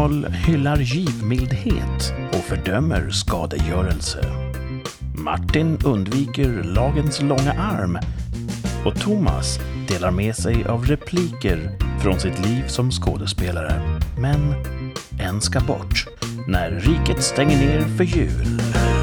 Riksamtal hyllar givmildhet och fördömer skadegörelse. Martin undviker lagens långa arm och Thomas delar med sig av repliker från sitt liv som skådespelare. Men en ska bort när riket stänger ner för jul.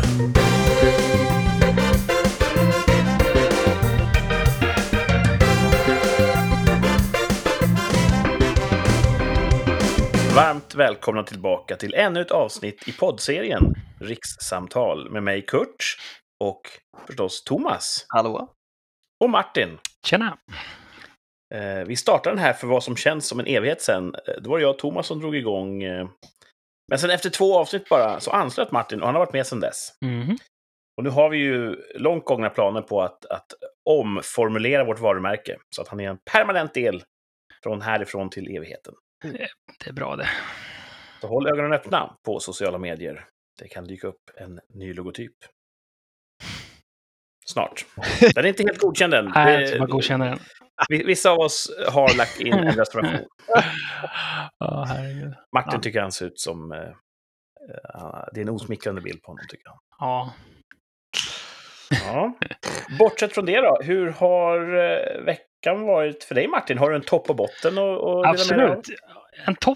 Varmt välkomna tillbaka till ännu ett avsnitt i poddserien Rikssamtal med mig Kurt och förstås Thomas. Hallå. Och Martin. Tjena. Vi startade den här för vad som känns som en evighet sedan. Då var det jag och Thomas som drog igång. Men sen efter 2 avsnitt bara så anslöt Martin och han har varit med sedan dess. Mm. Och nu har vi ju långt gångna planer på att omformulera vårt varumärke så att han är en permanent del från härifrån till evigheten. Det är bra det. Så håll ögonen öppna på sociala medier. Det kan dyka upp en ny logotyp. Snart. Den är inte helt godkänd än. Nej, jag ska bara godkänna den. Vissa av oss har lagt in en restauration. Herregud. Martin tycker han ser ut som... det är en osmickrande bild på honom, tycker han. Ja. Ja. Bortsett från det då, hur har veckan varit för dig, Martin? Har du en topp och botten? Absolut. En topp.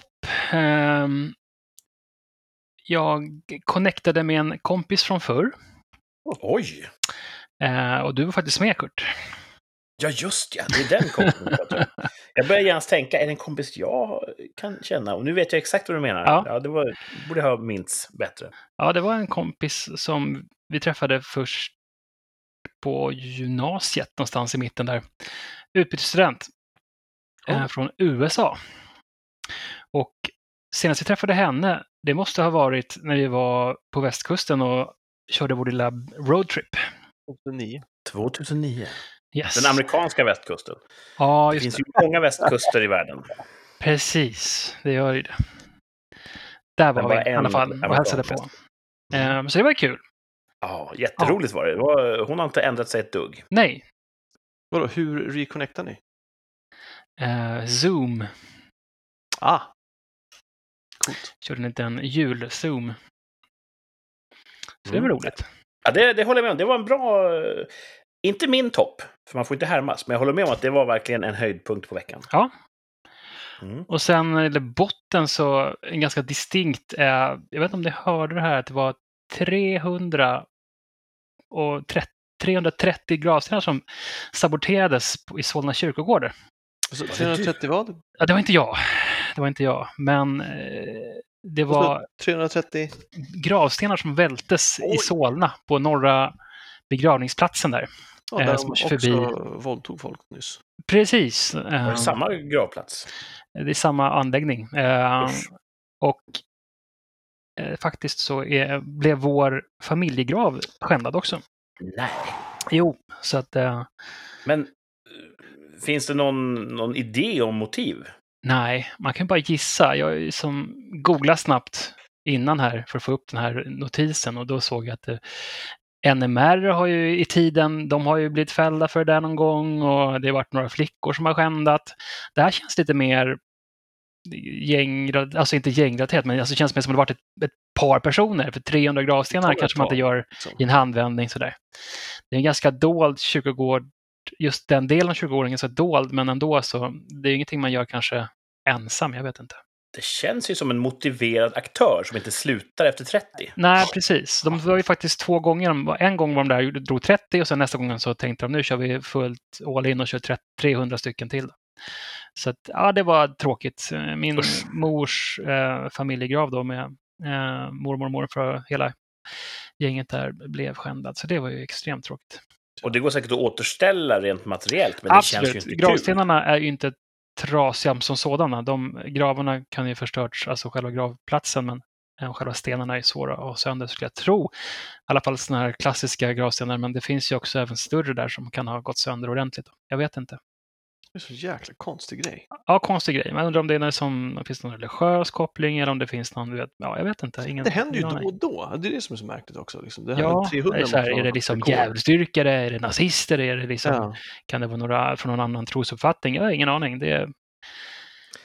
Jag connectade med en kompis från förr. Oj! Och du var faktiskt med, Kurt. Ja, just ja. Det är den kompisen. Jag börjar gärna tänka, är det en kompis jag kan känna? Och nu vet jag exakt vad du menar. Ja, det borde ha minst bättre. Ja, det var en kompis som vi träffade först på gymnasiet någonstans i mitten där. Utbytesstudent från USA. Och senast vi träffade henne, det måste ha varit när vi var på västkusten och körde vår lilla roadtrip. 2009. Yes. Den amerikanska västkusten. Ja, det finns ju många västkuster i världen. Precis, det gör ju det. Där var vi i alla fall och hälsade på. Så det var kul. Ja, jätteroligt var det. Hon har inte ändrat sig ett dugg. Nej. Vadå, hur reconnectar ni? Zoom. Coolt. Körde en liten jul-zoom. Så det var roligt. Ja, det håller jag med om. Det var en bra... Inte min topp, för man får inte härmas. Men jag håller med om att det var verkligen en höjdpunkt på veckan. Ja. Och sen eller botten så en ganska distinkt... jag vet inte om ni hörde det här, att det var 330 gravstenar som saboterades i Solna kyrkogård. Så 330 vad? Ja, det var inte jag. Men det var 330 gravstenar som vältes i Solna på norra begravningsplatsen där. Ja, där de också våldtog folk nyss. Precis. Var det samma gravplats? Det är samma anläggning. Och faktiskt så blev vår familjegrav skändad också. Nej. Jo, så att... Men finns det någon idé om motiv? Nej, man kan bara gissa. Jag som googlade snabbt innan här för att få upp den här notisen och då såg jag att NMR har ju i tiden, de har ju blivit fällda för det där någon gång och det har varit några flickor som har skändat. Det här känns lite mer alltså inte gängrelaterat, men alltså känns mer som att det varit ett par personer, för 300 gravstenar kanske man inte gör i en handvändning sådär. Det är en ganska dold kyrkogård, just den delen av kyrkogården är ganska dold, men ändå så, det är ingenting man gör kanske ensam, jag vet inte. Det känns ju som en motiverad aktör som inte slutar efter 30. Nej, precis. De var ju faktiskt 2 gånger. En gång var de där drog 30 och sen nästa gången så tänkte de nu kör vi fullt all in och kör 300 stycken till. Så att, ja, det var tråkigt. Min mors familjegrav då med mormor och morfar, hela gänget där blev skändad. Så det var ju extremt tråkigt. Och det går säkert att återställa rent materiellt, men absolut. Det känns ju inte gravstenarna är ju inte trasiga som sådana. De gravarna kan ju förstörts, alltså själva gravplatsen, men själva stenarna är svåra att ha sönder, skulle jag tro. I alla fall sådana här klassiska gravstenar, men det finns ju också även större där som kan ha gått sönder ordentligt. Jag vet inte. Det är så jäkla konstig grej. Ja, konstig grej. Men jag undrar om det är som finns någon religiös koppling eller om det finns någon, jag vet inte. Det händer ju då och då. Det är det som är så märkligt också. Liksom. Det här ja, 300 är det liksom djävulsdyrkare, är det nazister, är det liksom, kan det vara några från någon annan trosuppfattning? Jag har ingen aning.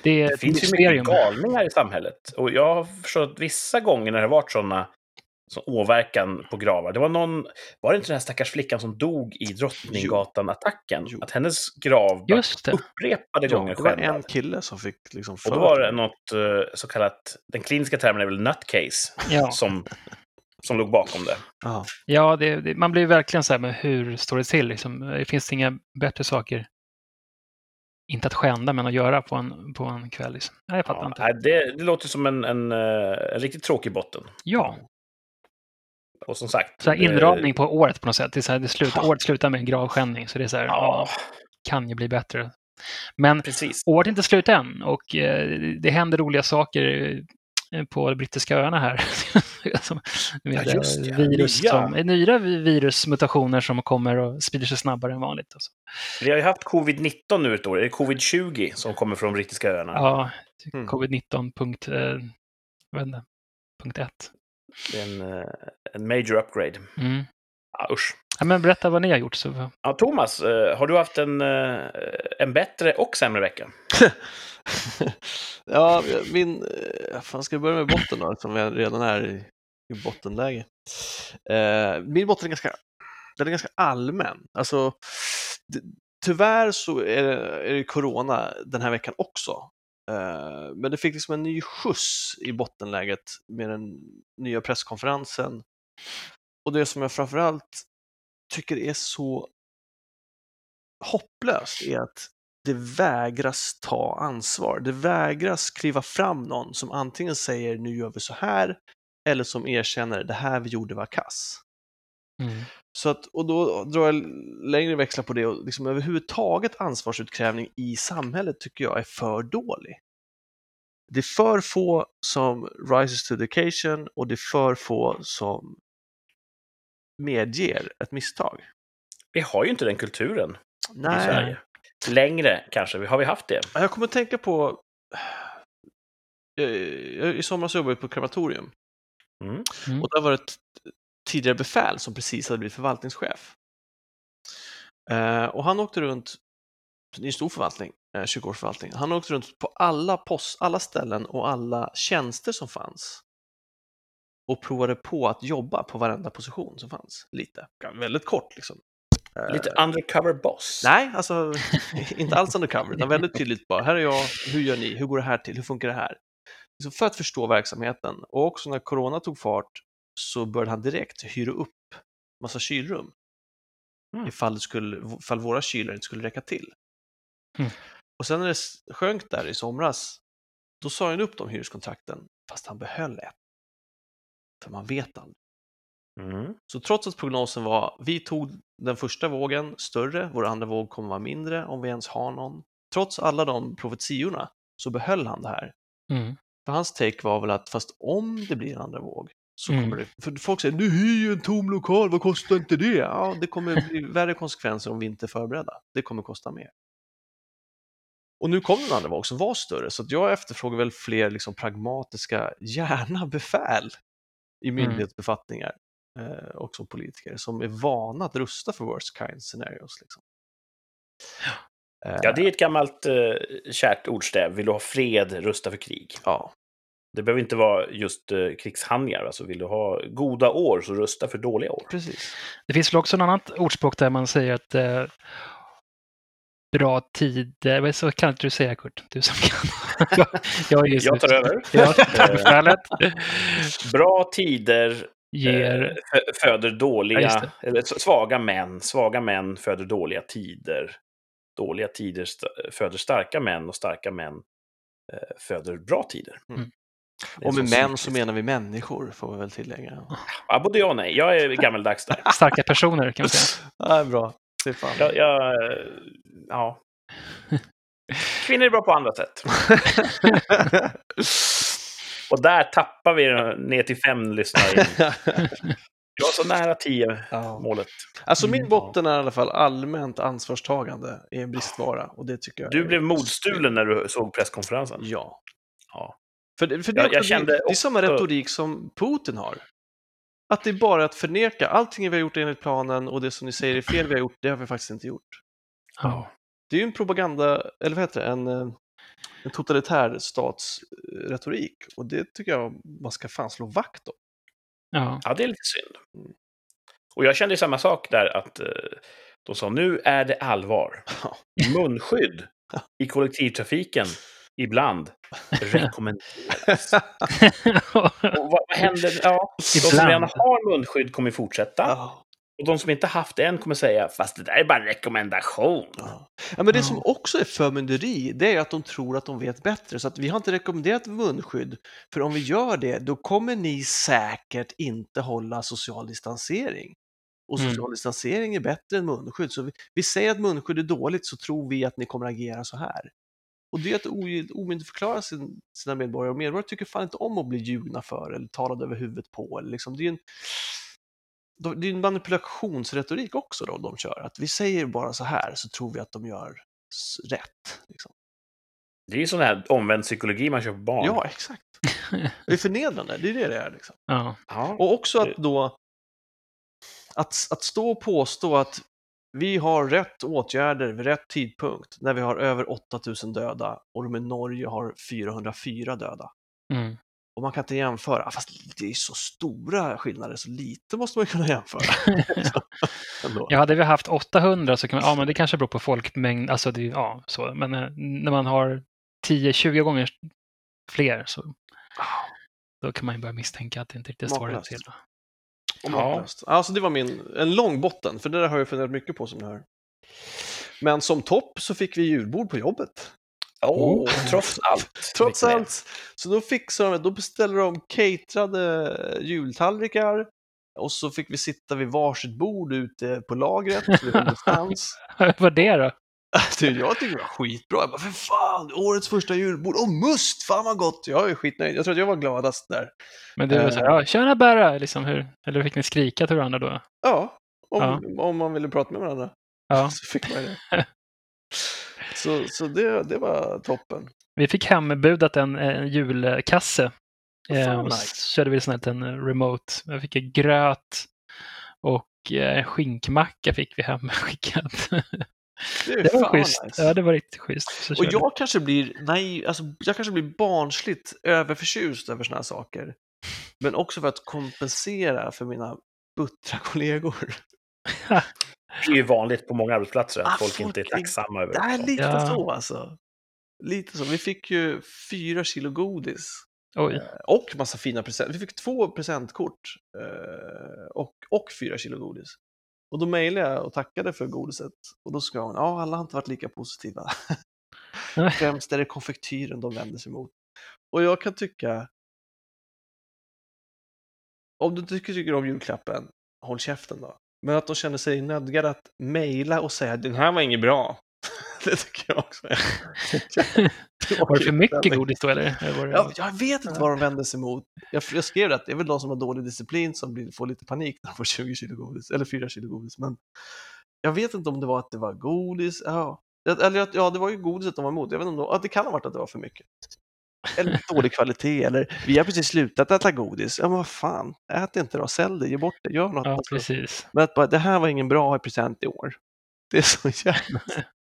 Det finns ju mycket galningar i samhället. Och jag har förstått att vissa gånger när det har varit sådana åverkan på gravar. Det var det inte den här stackars flickan som dog i Drottninggatan-attacken? Att hennes grav upprepade gånger det var en kille som fick liksom och då var det något så kallat, den kliniska termen är väl nutcase, som låg bakom det. Ja, man blir verkligen så här, men hur står det till? Liksom, det finns inga bättre saker, inte att skända, men att göra på en kväll. Liksom. Jag fattar inte. Det låter som en riktigt tråkig botten. Ja. Och som sagt... Så här inramning på året på något sätt. Det är så här, året slutar med en gravskändning, så det är så här, kan ju bli bättre. Men året är inte slut än, och det händer roliga saker på de brittiska öarna här. Nya virusmutationer som kommer och sprider sig snabbare än vanligt. Alltså. Vi har ju haft covid-19 nu ett år. Är det covid-20 som kommer från de brittiska öarna? Ja, covid-19.1. Det är en major upgrade. Usch. Ja, men berätta vad ni har gjort. Så. Ja, Thomas, har du haft en bättre och sämre vecka? Ja, ska jag börja med botten då, som jag redan är i bottenläge. Min botten är ganska allmän. Alltså, tyvärr så är det corona den här veckan också. Men det fick liksom en ny skjuts i bottenläget med den nya presskonferensen. Och det som jag framförallt tycker är så hopplöst är att det vägras ta ansvar. Det vägras kliva fram någon som antingen säger nu gör vi så här, eller som erkänner det här vi gjorde var kass. Så att, och då drar jag längre växlar på det, och liksom överhuvudtaget ansvarsutkrävning i samhället tycker jag är för dålig. Det är för få som rises to the occasion, och det är för få som medger ett misstag. Vi har ju inte den kulturen i Sverige. Längre kanske, har vi haft det? Jag kommer att tänka på i somras jobbade jag på krematorium. Och där var det ett tidigare befäl som precis hade blivit förvaltningschef. Och han åkte runt i en stor förvaltning, 20-årsförvaltning. Han åkte runt på alla ställen och alla tjänster som fanns. Och provade på att jobba på varenda position som fanns. Lite, väldigt kort liksom. Lite undercover boss. Nej, alltså inte alls undercover, utan väldigt tydligt bara, här är jag, hur gör ni, hur går det här till, hur funkar det här? Så för att förstå verksamheten, och också när corona tog fart så började han direkt hyra upp massa kylrum. Ifall våra kylar inte skulle räcka till. Och sen när det sjönk där i somras, då sa han upp de hyreskontrakten, fast han behöll ett. För man vet aldrig. Så trots att prognosen var, vi tog den första vågen större, vår andra våg kommer vara mindre om vi ens har någon. Trots alla de profetiorna så behöll han det här. För hans take var väl att fast om det blir en andra våg så kommer det, för folk säger, nu hyr ju en tom lokal, vad kostar inte det? Ja, det kommer bli värre konsekvenser om vi inte är förberedda. Det kommer kosta mer. Och nu kom en andra våg som var större, så att jag efterfrågar väl fler liksom pragmatiska, gärna befäl i myndighetsbefattningar och som politiker som är vana att rusta för worst kind scenarios. Liksom. Ja, det är ett gammalt kärt ordstäv. Vill du ha fred, rusta för krig. Ja. Det behöver inte vara just krigshandlingar. Alltså vill du ha goda år så rusta för dåliga år. Precis. Det finns väl också en annat ordspråk där man säger att bra tider, så kan inte du säga, Kurt? Du som kan. jag tar över. Bra tider föder dåliga, eller svaga män föder dåliga tider. Dåliga tider föder starka män, och starka män föder bra tider. Och med män så menar vi människor, får vi väl tillägga. Ja, både jag och nej. Jag är gammaldags där. Starka personer kan man säga. Ja, bra. Ja. Kvinnor är bra på andra sätt. Och där tappar vi ner till 5 lyssnare. Jag var så nära 10 målet. Alltså min botten är i alla fall allmänt ansvarstagande i en bristvara. Och det tycker jag. Du blev modstulen när du såg presskonferensen. Ja. För det är samma retorik som Putin har. Att det är bara att förneka allting vi har gjort enligt planen, och det som ni säger är fel vi har gjort, det har vi faktiskt inte gjort. Det är ju en propaganda, eller vad heter det? en totalitär statsretorik. Och det tycker jag man ska fan slå vakt om. Ja, det är lite synd. Och jag kände samma sak där, att de sa nu är det allvar. Munskydd i kollektivtrafiken ibland rekommenderas. Och vad händer? Ja, de som redan har munskydd kommer fortsätta. Och de som inte haft det än kommer säga, fast det där är bara en rekommendation. Ja, men det som också är förmynderi, det är att de tror att de vet bättre. Så att vi har inte rekommenderat munskydd. För om vi gör det, då kommer ni säkert inte hålla social distansering. Och social distansering är bättre än munskydd. Så vi säger att munskydd är dåligt, så tror vi att ni kommer agera så här. Och det är att omyndigförklara sina medborgare. Och medborgare tycker fan inte om att bli ljugna för eller talade över huvudet på. Eller liksom. Det är en manipulationsretorik också då de kör. Att vi säger bara så här, så tror vi att de gör rätt. Liksom. Det är ju sån här omvänd psykologi man kör på barn. Ja, exakt. Det är förnedrande, det är det är. Liksom. Ja. Och också att då att stå och påstå att vi har rätt åtgärder vid rätt tidpunkt när vi har över 8000 döda och de i Norge har 404 döda. Mm. Och man kan inte jämföra, fast det är så stora skillnader, så lite måste man kunna jämföra. Ja, hade vi haft 800 så kan man, men det kanske beror på folkmängd, alltså det, så. Men när man har 10-20 gånger fler så då kan man ju börja misstänka att det inte riktigt står rätt till. Ja. Alltså det var en lång botten, för det där har jag funderat mycket på som det här. Men som topp så fick vi julbord på jobbet. Trots allt. Trots allt. Så då beställde de caterade jultallrikar. Och så fick vi sitta vid varsitt bord ute på lagret. Vad var det då? Jag tycker det var skitbra. Jag bara, för fan, årets första julbord. Must, fan vad gott. Jag är skitnöjd. Jag tror att jag var gladast där. Men det var så här, tjena bära, liksom hur? Eller fick ni skrika till varandra då? Ja, om man ville prata med varandra. Ja. Så fick man det. Så det var toppen. Vi fick hembudat en julkasse. Nice. Så körde vi snällt en remote. Jag fick en gröt och skinkmacka fick vi hemskickat. Det var schysst. Nice. Ja, det var riktigt schysst. Och jag kanske blir barnsligt överförtjust över såna här saker. Men också för att kompensera för mina buttra kollegor. Det är ju vanligt på många arbetsplatser att folk inte är tacksamma över det. Det är lite så alltså. Lite så. Vi fick ju 4 kilo godis. Oj. Och massa fina presenter. Vi fick 2 presentkort och 4 kilo godis. Och då mejlade jag och tackade för godiset. Och då skrev hon, alla har inte varit lika positiva. Främst är det konfektyren de vänder sig mot. Och jag kan tycka, om du tycker om julklappen, håll käften då. Men att de känner sig nödgade att mejla och säga, den här var inget bra. Det tycker jag också. Var det för mycket godis då eller? Jag vet inte vad de vänder sig mot. Jag skrev det att det är väl de som har dålig disciplin som får lite panik när de får 20 kilo godis. Eller 4 kilo godis. Men jag vet inte om det var att det var godis. Eller att det var ju godiset de var emot. Jag vet inte om det kan ha varit att det var för mycket. Eller dålig kvalitet. Eller vi har precis slutat äta godis. Ja men vad fan. Ät inte då. Sälj det. Ge bort det. Gör något. Ja, precis. Men att bara, det här var ingen bra present i år. Det är så jävla...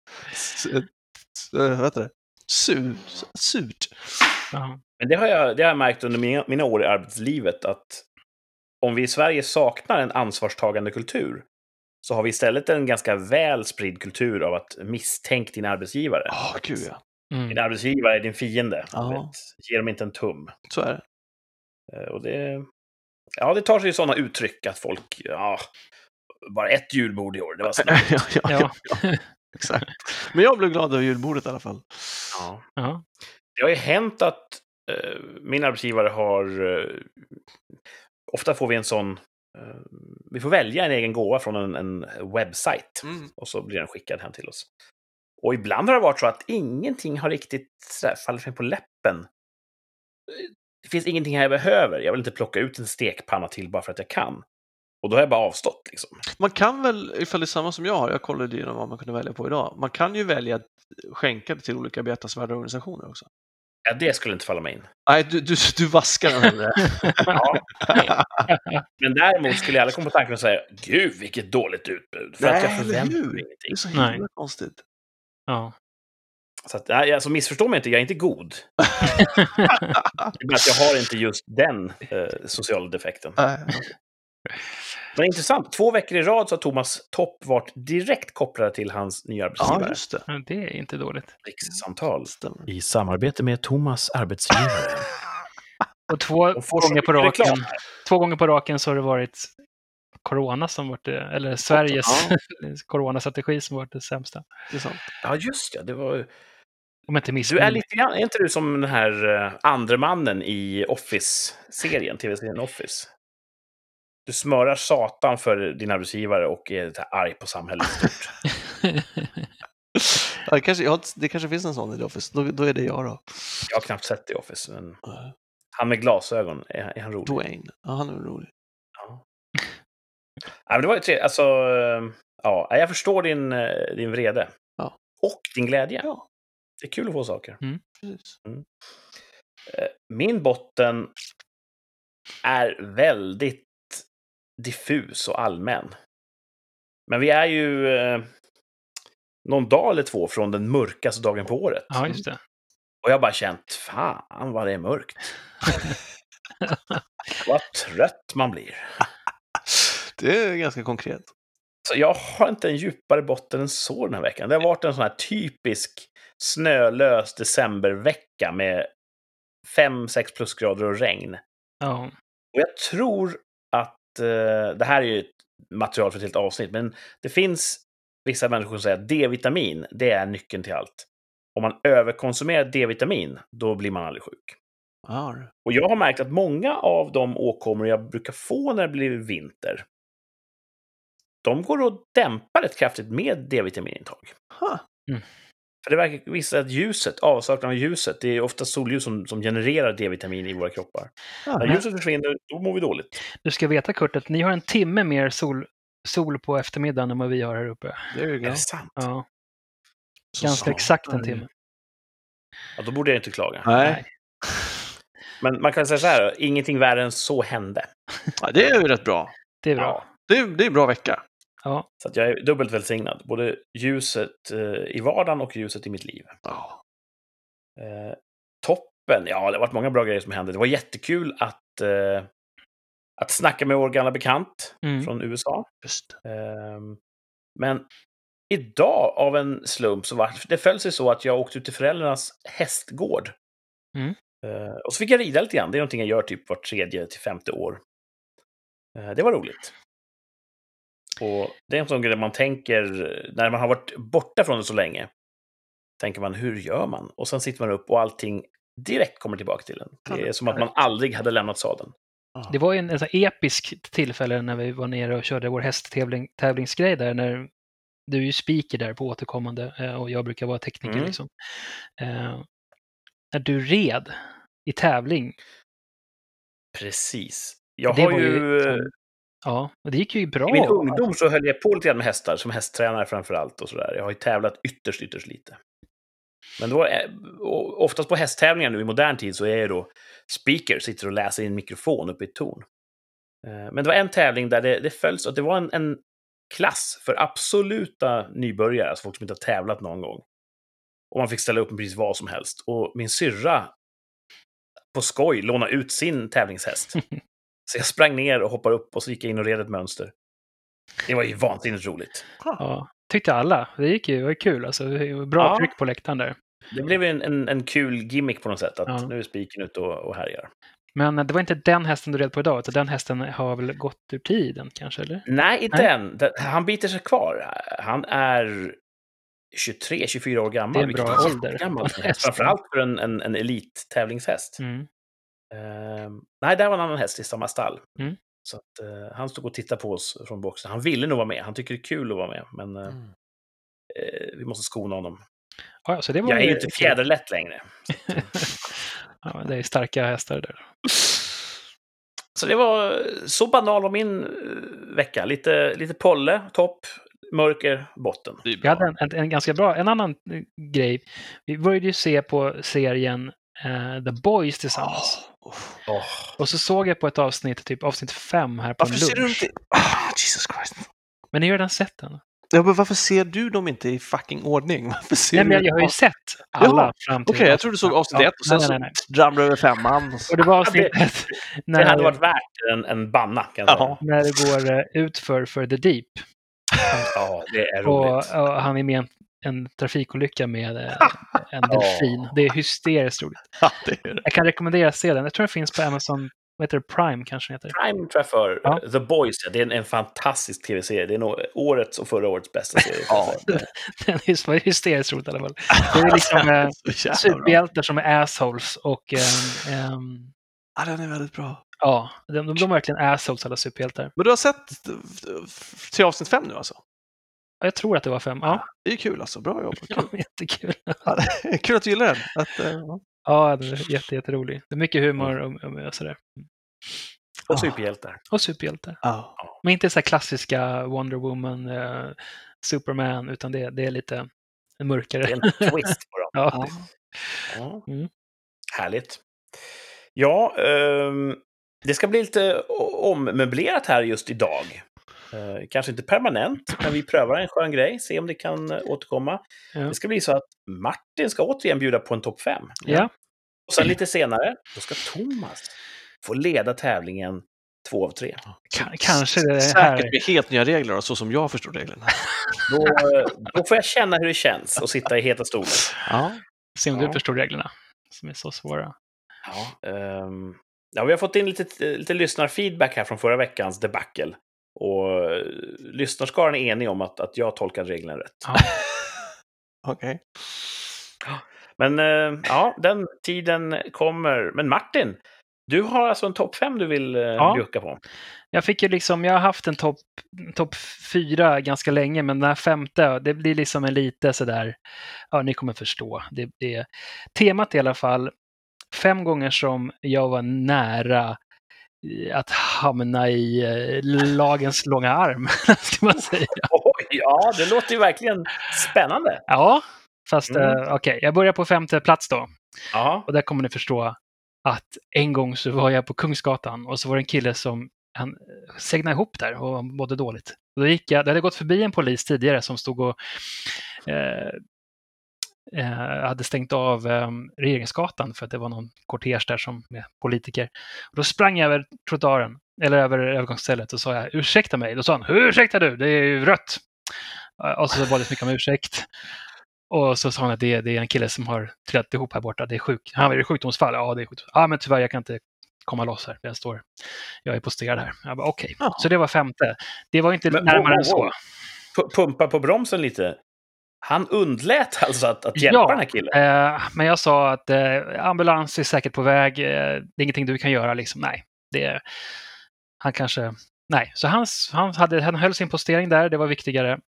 vad heter det? Surt. Men det har jag märkt under mina år i arbetslivet, att om vi i Sverige saknar en ansvarstagande kultur så har vi istället en ganska väl spridd kultur av att misstänka din arbetsgivare. Gud ja. Din arbetsgivare är din fiende. Ge dem inte en tum. Så är det. Och det tar sig ju sådana uttryck att folk, bara ett julbord i år, det var snabbt. Ja. Exakt. Men jag blev glad över julbordet i alla fall. Ja. Det har ju hänt att min arbetsgivare har... ofta får vi en sån... vi får välja en egen gåva från en webbsajt. Och så blir den skickad hem till oss. Och ibland har det varit så att ingenting har riktigt fallit mig på läppen. Det finns ingenting här jag behöver. Jag vill inte plocka ut en stekpanna till bara för att jag kan. Och då har jag bara avstått liksom. Man kan väl, ifall det är samma som jag har, jag kollade igenom vad man kunde välja på idag. Man kan ju välja att skänka det till olika behjärtansvärda organisationer också. Ja, det skulle inte falla mig in. Nej, du vaskar den. Men däremot skulle jag aldrig komma på tanken och säga, gud vilket dåligt utbud. För att jag förväntar mig ingenting. Det är så himla konstigt. Ja. Så att, alltså, missförstå mig inte, jag är inte god. Jag har inte just den sociala defekten. Men intressant, 2 veckor i rad så har Thomas topp varit direkt kopplad till hans nya arbetsgivare. Ja, just det. Det är inte dåligt. Rikssamtal. Stämmer. I samarbete med Thomas arbetsgivare. Och 2 De får gånger så på mycket reklam raken. här. 2 gånger på raken så har det varit corona som varit det, eller Sveriges coronastrategi som varit det sämsta. Det är sant. Ja, just det. Det var... Om jag inte Du är missminner mig. lite grann, är inte du som den här andre mannen i Office-serien, tv-serien Office? Du smörar satan för din arbetsgivare och är arg på samhället i stort. Ja, det kanske finns en sån i The Office. Då är det jag då. Jag har knappt sett i Office, men han med glasögon, är han rolig? Dwayne. Ja, han är rolig. Ja. Ja, men det var ju trevligt. Alltså, ja, jag förstår din vrede. Ja. Och din glädje. Ja. Det är kul att få saker. Precis. Min botten är väldigt diffus och allmän. Men vi är ju någon dag eller 2 från den mörkaste dagen på året. Ja, just det. Och jag har bara känt, fan vad det är mörkt. Vad trött man blir. Det är ganska konkret. Så jag har inte en djupare botten än så den här veckan. Det har varit en sån här typisk snölös decembervecka med 5-6 plusgrader och regn. Ja. Och jag tror att det här är ju ett material för ett helt avsnitt, men det finns vissa människor som säger att D-vitamin, det är nyckeln till allt. Om man överkonsumerar D-vitamin, då blir man aldrig sjuk. Ja. Och jag har märkt att många av de åkommor jag brukar få när det blir vinter, de går att dämpa rätt kraftigt med D-vitaminintag. För det verkar visa att ljuset, avsaknaden av ljuset, det är ofta solljus som genererar D-vitamin i våra kroppar. När ljuset försvinner, då mår vi dåligt. Du ska veta, Kurt, att ni har en timme mer sol på eftermiddagen än vad vi har här uppe. Det är ju Är det bra. sant? Ja, Så ganska sant. exakt en timme. Ja, då borde jag inte klaga. Nej. Men man kan säga så här, ingenting värre än så hände. Ja, det är ju rätt bra. Det är bra. Det är en bra vecka. Ja. Så att jag är dubbelt välsignad. Både ljuset i vardagen och ljuset i mitt liv. Ja. Toppen, ja, det har varit många bra grejer som hände. Det var jättekul att snacka med vår gamla bekant från USA. Just. Men idag, av en slump, det föll sig så att jag åkte ut till föräldrarnas hästgård. Och så fick jag rida lite grann. Det är någonting jag gör typ vart 3:e till 5:e år. Det var roligt. Och det är en sån grej man tänker, när man har varit borta från det så länge, tänker man, hur gör man? Och sen sitter man upp och allting direkt kommer tillbaka till en. Det är som att man aldrig hade lämnat sadeln. Det var ju en sån episk tillfälle när vi var nere och körde vår hästtävlingsgrej där, när du är ju speaker där på återkommande och jag brukar vara tekniker liksom. När du red i tävling. Precis. Jag Det har var ju... Ja, och det gick ju bra. I min ungdom så höll jag på lite grann med hästar, som hästtränare framför allt och sådär. Jag har ju tävlat ytterst lite. Men då, oftast på hästtävlingar nu i modern tid så är jag då speaker, sitter och läser i en mikrofon uppe i ett torn. Men det var en tävling där det följs att det var en klass för absoluta nybörjare, alltså folk som inte har tävlat någon gång. Och man fick ställa upp med precis vad som helst. Och min syrra på skoj låna ut sin tävlingshäst. Så jag sprang ner och hoppade upp och så gick jag in och red ett mönster. Det var ju vansinnigt roligt. Ja, tyckte alla. Det var kul. Alltså, bra tryck på läktaren där. Det blev en kul gimmick på något sätt. Att nu är spiken ute och härjar. Men det var inte den hästen du red på idag, utan den hästen har väl gått ur tiden kanske, eller? Nej, inte än. Han biter sig kvar. Han är 23-24 år gammal. Det är en bra ålder. Framförallt för en elittävlingshäst. Nej, det var en annan häst i samma stall. Så att, han stod och tittade på oss från boxen. Han ville nog vara med. Han tycker det är kul att vara med. Men vi måste skona honom. Ja, så det var jag är ju inte fjäderlätt längre. Ja, det är starka hästar där. Så det var så banal om min vecka. Lite polle, topp, mörker, botten. Vi hade en ganska bra, en annan grej. Vi började ju se på serien The Boys tillsammans. Och så såg jag på ett avsnitt, typ avsnitt 5 här på Varför ser du inte... Jesus Christ. Men ni har redan sett den? Ja, men varför ser du dem inte i fucking ordning? Varför ser Nej, men du... jag har ju sett alla Ja, fram till... Okej, jag trodde du såg avsnitt 1 och sen nej. så ramlar över 5:an. Och det var avsnittet Det hade varit värt en banna, kan jag säga. Ja. när det går ut för The Deep. Ja, det är Och, roligt. och han är med i en trafikolycka med en delfin. Det är hysteriskt roligt. Ja, det är det. Jag kan rekommendera att se den. Jag tror den finns på Amazon. Vad heter det? Prime kanske heter. Prime tror jag för. Ja. The Boys, det är en fantastisk tv-serie. Det är nog årets och förra årets bästa serie. Ja. Den är hysteriskt roligt i alla fall. Det är liksom Så jävla bra. superhjältar som är assholes. Och Ja, den är väldigt bra. ja, de är verkligen assholes alla superhjältar. Men du har sett till avsnitt 5 nu alltså? Ja, jag tror att det var 5. Ja, Det är kul alltså. Bra jobb. ja jättekul. Ja, det är kul att du gillar den. Ja, det är jätterolig. Det är mycket humor och sådär. Och superhjältar. Och superhjältar. Ja. Men inte så här klassiska Wonder Woman, Superman, utan det är lite mörkare. Det är en twist på dem. Ja. Ja. Mm. Härligt. Ja, det ska bli lite ommöblerat här just idag. Kanske inte permanent, men vi prövar en skön grej, se om det kan återkomma. Ja. Det ska bli så att Martin ska återigen bjuda på en topp 5. Ja. Och sen lite senare, då ska Thomas få leda tävlingen 2 av 3. Kanske det Säkert här. med helt nya regler, då, så som jag förstår reglerna. Då får jag känna hur det känns att sitta i heta stolen. Ja. Se om Ja. du förstår reglerna, som är så svåra. Ja, vi har fått in lite lyssnarfeedback här från förra veckans debacle. Och lyssnarskaran är enig om att jag tolkar reglerna rätt. Ja. Okej. Men ja, den tiden kommer. Men Martin, du har alltså en topp 5 du vill bjucka på. Jag fick ju liksom, jag har haft en topp 4 ganska länge, men den här 5:e, det blir liksom en lite sådär, ja, ni kommer förstå. Det är temat i alla fall, 5 gånger som jag var nära att hamna i lagens långa arm, ska man säga. Oj, ja, det låter ju verkligen spännande. Ja, fast okej, jag börjar på 5:e plats då. Ja. Och där kommer ni förstå att en gång så var jag på Kungsgatan och så var det en kille som han segnade ihop där och mådde dåligt. Och då gick jag, det hade gått förbi en polis tidigare som stod och hade stängt av Regeringsgatan för att det var någon kortege där som med politiker. Och då sprang jag över trottoaren, eller över övergångsstället och sa jag, ursäkta mig. Då sa han, hur ursäktar du? Det är ju rött. Och så var det så mycket om ursäkt. Och så sa han att det är en kille som har trillat ihop här borta. Det är sjuk. Han är sjukdomsfall. Ja, det är sjukdomsfall. Ja, men tyvärr, jag kan inte komma loss här. Jag är posterad här. Jag bara, okej. Ja. Så det var 5:e. Det var inte närmare än så. Pumpa på bromsen lite. Han undlät alltså att hjälpa den här killen. Men jag sa att ambulans är säkert på väg. Det är ingenting du kan göra. Liksom. Nej, han kanske... Nej, så han höll sin postering där. Det var viktigare.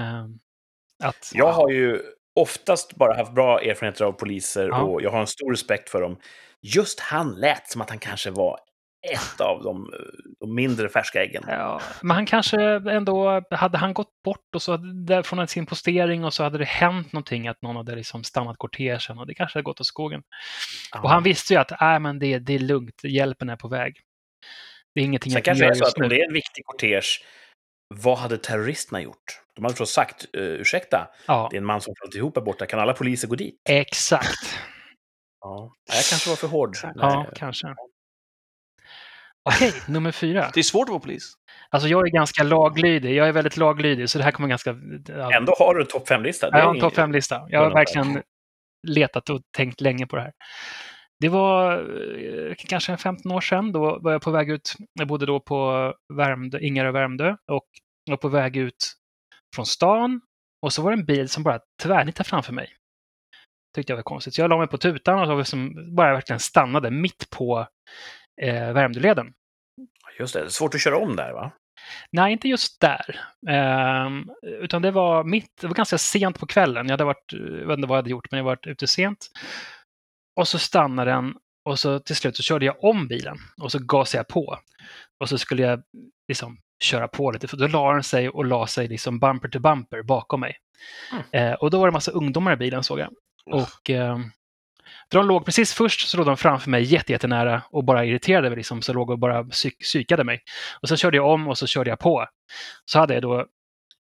Jag har ju oftast bara haft bra erfarenheter av poliser och jag har en stor respekt för dem. Just han lät som att han kanske var ett av de mindre färska äggen. Ja, men han kanske ändå, hade han gått bort och så från sin postering och så hade det hänt någonting, att någon hade liksom stannat kortegen och det kanske hade gått åt skogen. Och han visste ju att men det är lugnt, hjälpen är på väg. Det är ingenting Sen jag kan kanske göra det är så just att om nu. det är en viktig kortege, vad hade terroristerna gjort? De hade förstås sagt, ursäkta, det är en man som fallit ihop här borta, kan alla poliser gå dit? Exakt. Ja, jag kanske var för hård. Ja, kanske. Okej, nummer 4. Det är svårt att vara polis. Alltså jag är ganska laglydig. Jag är väldigt laglydig, så det här kommer ganska... Ändå har du en topp 5-lista. Jag har en topp 5-lista. Jag har verkligen letat och tänkt länge på det här. Det var kanske 15 år sedan. Då var jag på väg ut. Jag bodde då på Ingarö, Värmdö. Och jag var på väg ut från stan. Och så var det en bil som bara tvärnitade framför mig. Tyckte jag var konstigt. Så jag la mig på tutan och så liksom bara verkligen stannade mitt på Värmdöleden. Just det, det är svårt att köra om där, va? Nej, inte just där. Utan det var ganska sent på kvällen. Jag vet inte vad jag hade gjort, men jag var ute sent. Och så stannade den och så till slut så körde jag om bilen och så gasade jag på. Och så skulle jag liksom köra på lite, för då la sig liksom bumper till bumper bakom mig. Och då var det en massa ungdomar i bilen, såg jag. Och de låg precis först, så låg de framför mig jättenära och bara irriterade mig, liksom, så låg och bara psykade mig. Och så körde jag om och så körde jag på. Så hade jag då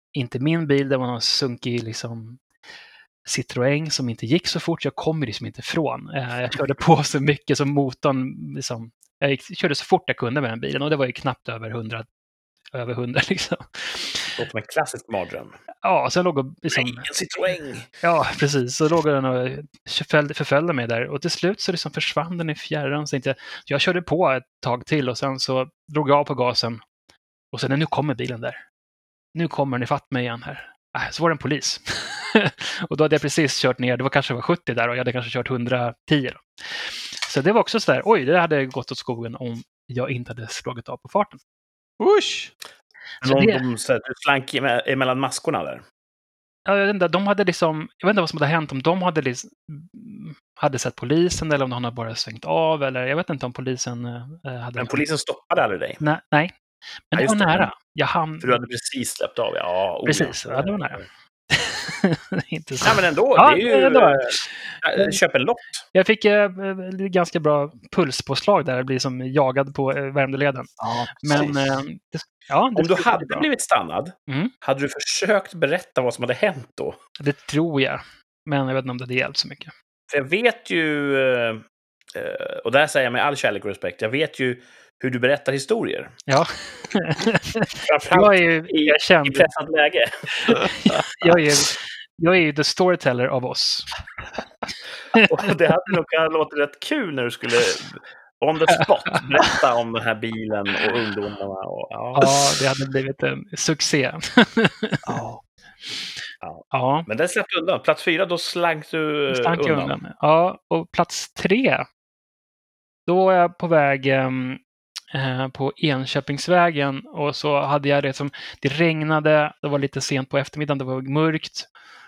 inte min bil, det var någon sunkig liksom Citroën som inte gick så fort. Jag kommer liksom inte ifrån. Jag körde på så mycket som motorn liksom, jag körde så fort jag kunde med den bilen och det var ju knappt över 100 liksom. Det låter som en klassisk mardröm. Ja, sen låg och liksom, Nej, en Citroën! ja, precis. Så låg den och förföljde mig där. Och till slut så liksom försvann den i fjärran. Så jag körde på ett tag till och sen så drog jag av på gasen. Och sen, nu kommer bilen där. Nu kommer den ifatt mig igen här. Så var det en polis. Och då hade jag precis kört ner, det var kanske 70 där och jag hade kanske kört 110 då. Så det var också så där, oj, det hade gått åt skogen om jag inte hade slagit av på farten. Usch! Du slank emellan maskorna där. Ja, jag vet inte, de hade liksom, jag vet inte vad som hade hänt, om de hade, liksom, hade sett polisen eller om de hade bara svängt av eller jag vet inte om polisen hade... Men polisen stoppade aldrig dig? Nej, men det var nära. För du hade precis släppt av, ja. Precis, ja, det var nära. Inte så. Nej, men ändå, ja, det är ju... Köp en lott. Jag fick ganska bra pulspåslag där, jag blir som jagad på Värmdöleden. Ja, men om du hade blivit stannad, hade du försökt berätta vad som hade hänt då? Det tror jag, men jag vet inte om det hade hjälpt så mycket. För jag vet ju, och där säger jag med all kärlek och respekt, jag vet ju hur du berättar historier. Ja. Framförallt i pressat läge. jag är ju the storyteller av oss. Och det hade nog kunnat låta rätt kul när du skulle on the spot berätta om den här bilen och ungdomarna. Ja, det hade blivit en succé. Ja. Men den släppte undan. Plats 4, då slank du undan. Ja, och plats 3, då var jag på väg på Enköpingsvägen och så hade jag det som, det regnade, det var lite sent på eftermiddagen, det var mörkt.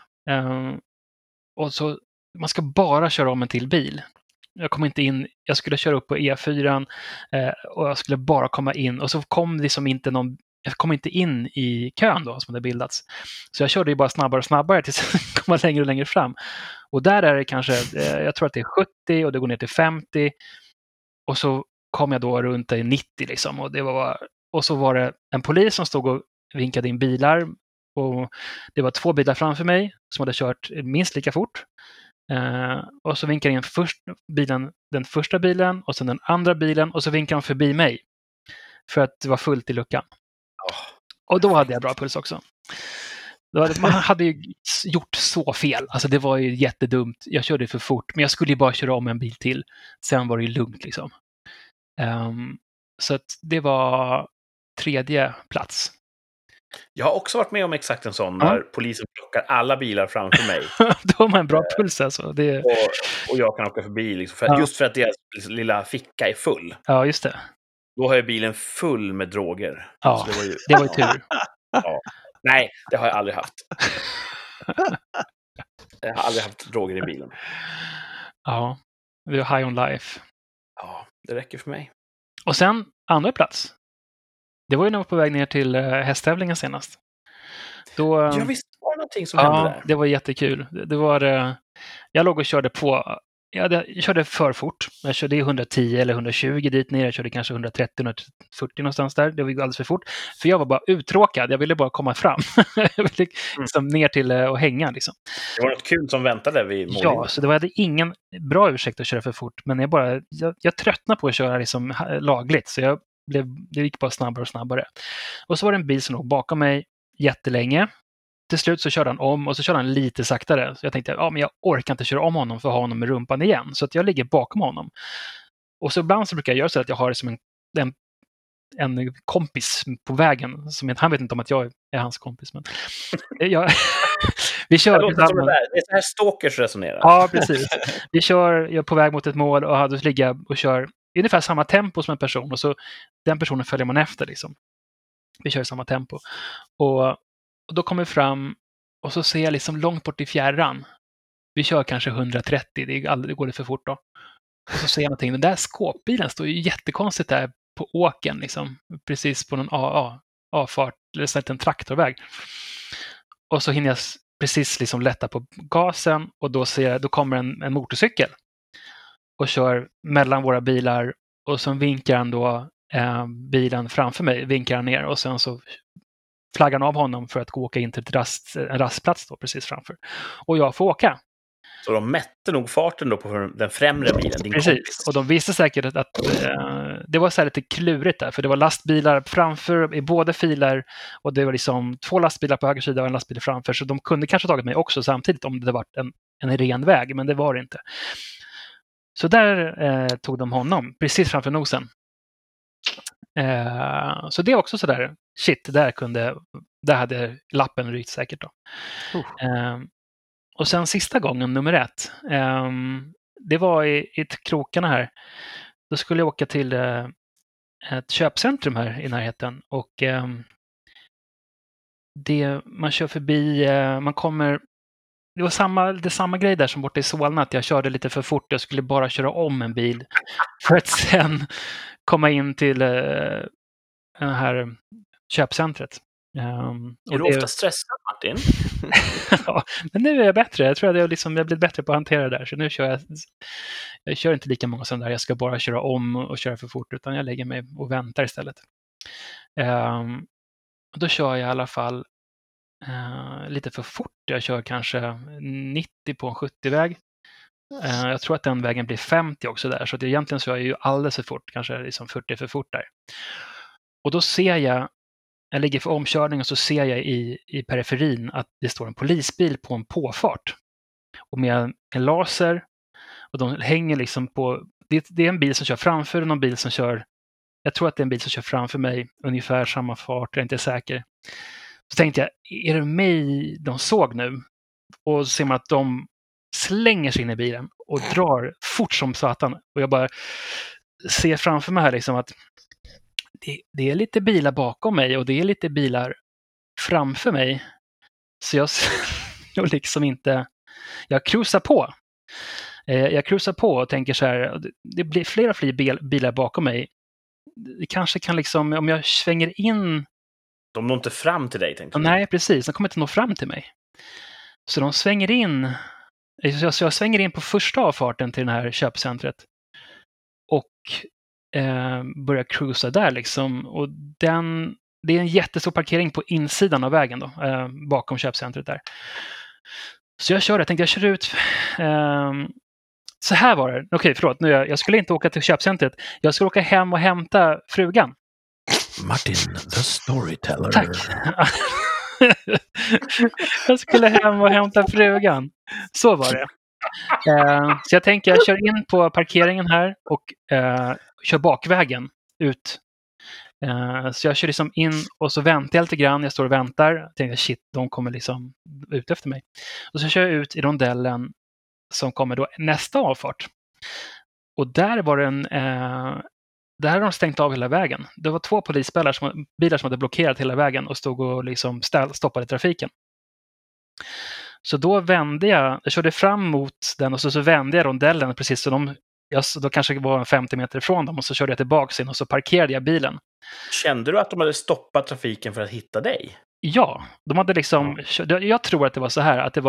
Och så, man ska bara köra om en till bil. Jag kom inte in, jag skulle köra upp på E4 och jag skulle bara komma in och så kom det som inte någon, jag kom inte in i kön då som hade bildats. Så jag körde ju bara snabbare och snabbare tills jag kom längre och längre fram. Och där är det kanske, jag tror att det är 70 och det går ner till 50 och så kom jag då runt i 90 liksom och så var det en polis som stod och vinkade in bilar och det var 2 bilar framför mig som hade kört minst lika fort. Och så vinkade in den första bilen och sen den andra bilen och så vinkade de förbi mig för att det var fullt i luckan. Och då hade jag bra puls också. Man hade ju gjort så fel. Alltså det var ju jättedumt. Jag körde för fort, men jag skulle ju bara köra om en bil till. Sen var det ju lugnt liksom. Så att det var 3:e plats. Jag har också varit med om exakt en sån där polisen plockar alla bilar framför mig. Då har man en bra puls alltså. Och jag kan åka förbi liksom, just för att deras lilla ficka är full. Ja, just det. Då har jag bilen full med droger. Ja, det var ju tur. Ja. Nej, det har jag aldrig haft. Jag har aldrig haft droger i bilen. Ja, vi är high on life. Ja, det räcker för mig. Och sen, andra plats. Det var ju när jag var på väg ner till hästtävlingen senast. Då, ja, visst var det någonting som hände där. Det var jättekul. Det var, jag låg och körde på. Jag körde för fort. Jag körde 110 eller 120 dit ner. Jag körde kanske 130-140 någonstans där. Det var alldeles för fort. För jag var bara uttråkad. Jag ville bara komma fram. Jag ville liksom ner till och hänga. Liksom. Det var något kul som väntade vid målet. Ja, så jag hade ingen bra ursäkt att köra för fort. Men jag tröttnade på att köra liksom lagligt. Så det gick bara snabbare och snabbare. Och så var det en bil som låg bakom mig jättelänge. Till slut så körde han om och så körde han lite saktare. Så jag tänkte, men jag orkar inte köra om honom för att ha honom med rumpan igen. Så att jag ligger bakom honom. Och så ibland så brukar jag göra så att jag har det som en kompis på vägen. Han vet inte om att jag är hans kompis. Men vi kör tillsammans. Det är så här stalkers resonerar. Ja, precis. Jag är på väg mot ett mål och då ligger jag och kör i ungefär samma tempo som en person. Och så den personen följer man efter liksom. Vi kör i samma tempo. Och då kommer vi fram och så ser jag liksom långt bort i fjärran. Vi kör kanske 130, det går lite för fort då. Och så ser jag någonting, den där skåpbilen står ju jättekonstigt där på åken liksom. Precis på någon avfart, eller en traktorväg. Och så hinner jag precis liksom lätta på gasen och då kommer en motorcykel. Och kör mellan våra bilar och så vinkar han då bilen framför mig, vinkar han ner och sen så flaggan av honom för att gå och åka in till en rastplats då, precis framför. Och jag får åka. Så de mätte nog farten då på den främre bilen, din Precis, kompis. och de visste säkert att det var så här lite klurigt där, för det var lastbilar framför i båda filer och det var liksom 2 lastbilar på höger sida och en lastbil framför, så de kunde kanske tagit mig också samtidigt om det var en ren väg, men det var det inte. Så där tog de honom precis framför nosen. Så det är också så där, shit, där hade lappen rykt säkert då. Och sen sista gången, nummer 1, det var i krokarna här. Då skulle jag åka till ett köpcentrum här i närheten och man kör förbi, man kommer, det var samma grej där som borta i Solna, att jag körde lite för fort, jag skulle bara köra om en bil för att sen komma in till det här köpcentret. Är du ofta stressad, Martin? Ja, men nu är jag bättre. Jag tror att jag blivit bättre på att hantera det där. Så nu kör jag kör inte lika många sådana där. Jag ska bara köra om och köra för fort, utan jag lägger mig och väntar istället. Då kör jag i alla fall lite för fort. Jag kör kanske 90 på en 70-väg. Jag tror att den vägen blir 50 också där. Så att egentligen så är jag ju alldeles för fort. Kanske liksom 40 för fort där. Och då ser jag ligger för omkörning och så ser jag i periferin att det står en polisbil på en påfart. Och med en laser. Och de hänger liksom på... Det är en bil som kör framför och någon bil som kör... Jag tror att det är en bil som kör framför mig. Ungefär samma fart, jag är inte säker. Så tänkte jag, är det mig de såg nu? Och så ser man att de slänger sig in i bilen och drar fort som satan. Och jag bara ser framför mig här liksom att det är lite bilar bakom mig och det är lite bilar framför mig. Så jag liksom inte... Jag cruisar på. Jag cruisar på och tänker så här, det blir fler och fler bilar bakom mig. Det kanske kan liksom, om jag svänger in... De når inte fram till dig, tänkte du? Nej, precis. De kommer inte nå fram till mig. Så de svänger in... Så jag svänger in på första avfarten till det här köpcentret. Och börjar cruisa där liksom. Och det är en jättestor parkering på insidan av vägen då, bakom köpcentret där. Så jag tänkte jag kör ut. Så här var det. Okej, förlåt. Jag skulle inte åka till köpcentret. Jag skulle åka hem och hämta frugan. Martin, the storyteller. Tack. Jag skulle hem och hämta frugan. Så var det. Så jag tänker jag kör in på parkeringen här och kör bakvägen ut. Så jag kör liksom in och så väntar jag lite grann. Jag står och väntar. Jag tänkte shit, de kommer liksom ut efter mig. Och så kör jag ut i rondellen som kommer då nästa avfart. Och där var det där hade de stängt av hela vägen. Det var 2 polisbilar som hade blockerat hela vägen och stod och liksom stoppade trafiken. Så då vände jag körde fram mot den och så vände jag rondellen precis så då kanske var 50 meter ifrån dem och så körde jag tillbaka in och så parkerade jag bilen. Kände du att de hade stoppat trafiken för att hitta dig? Ja, de hade liksom... Jag tror att det var så här, att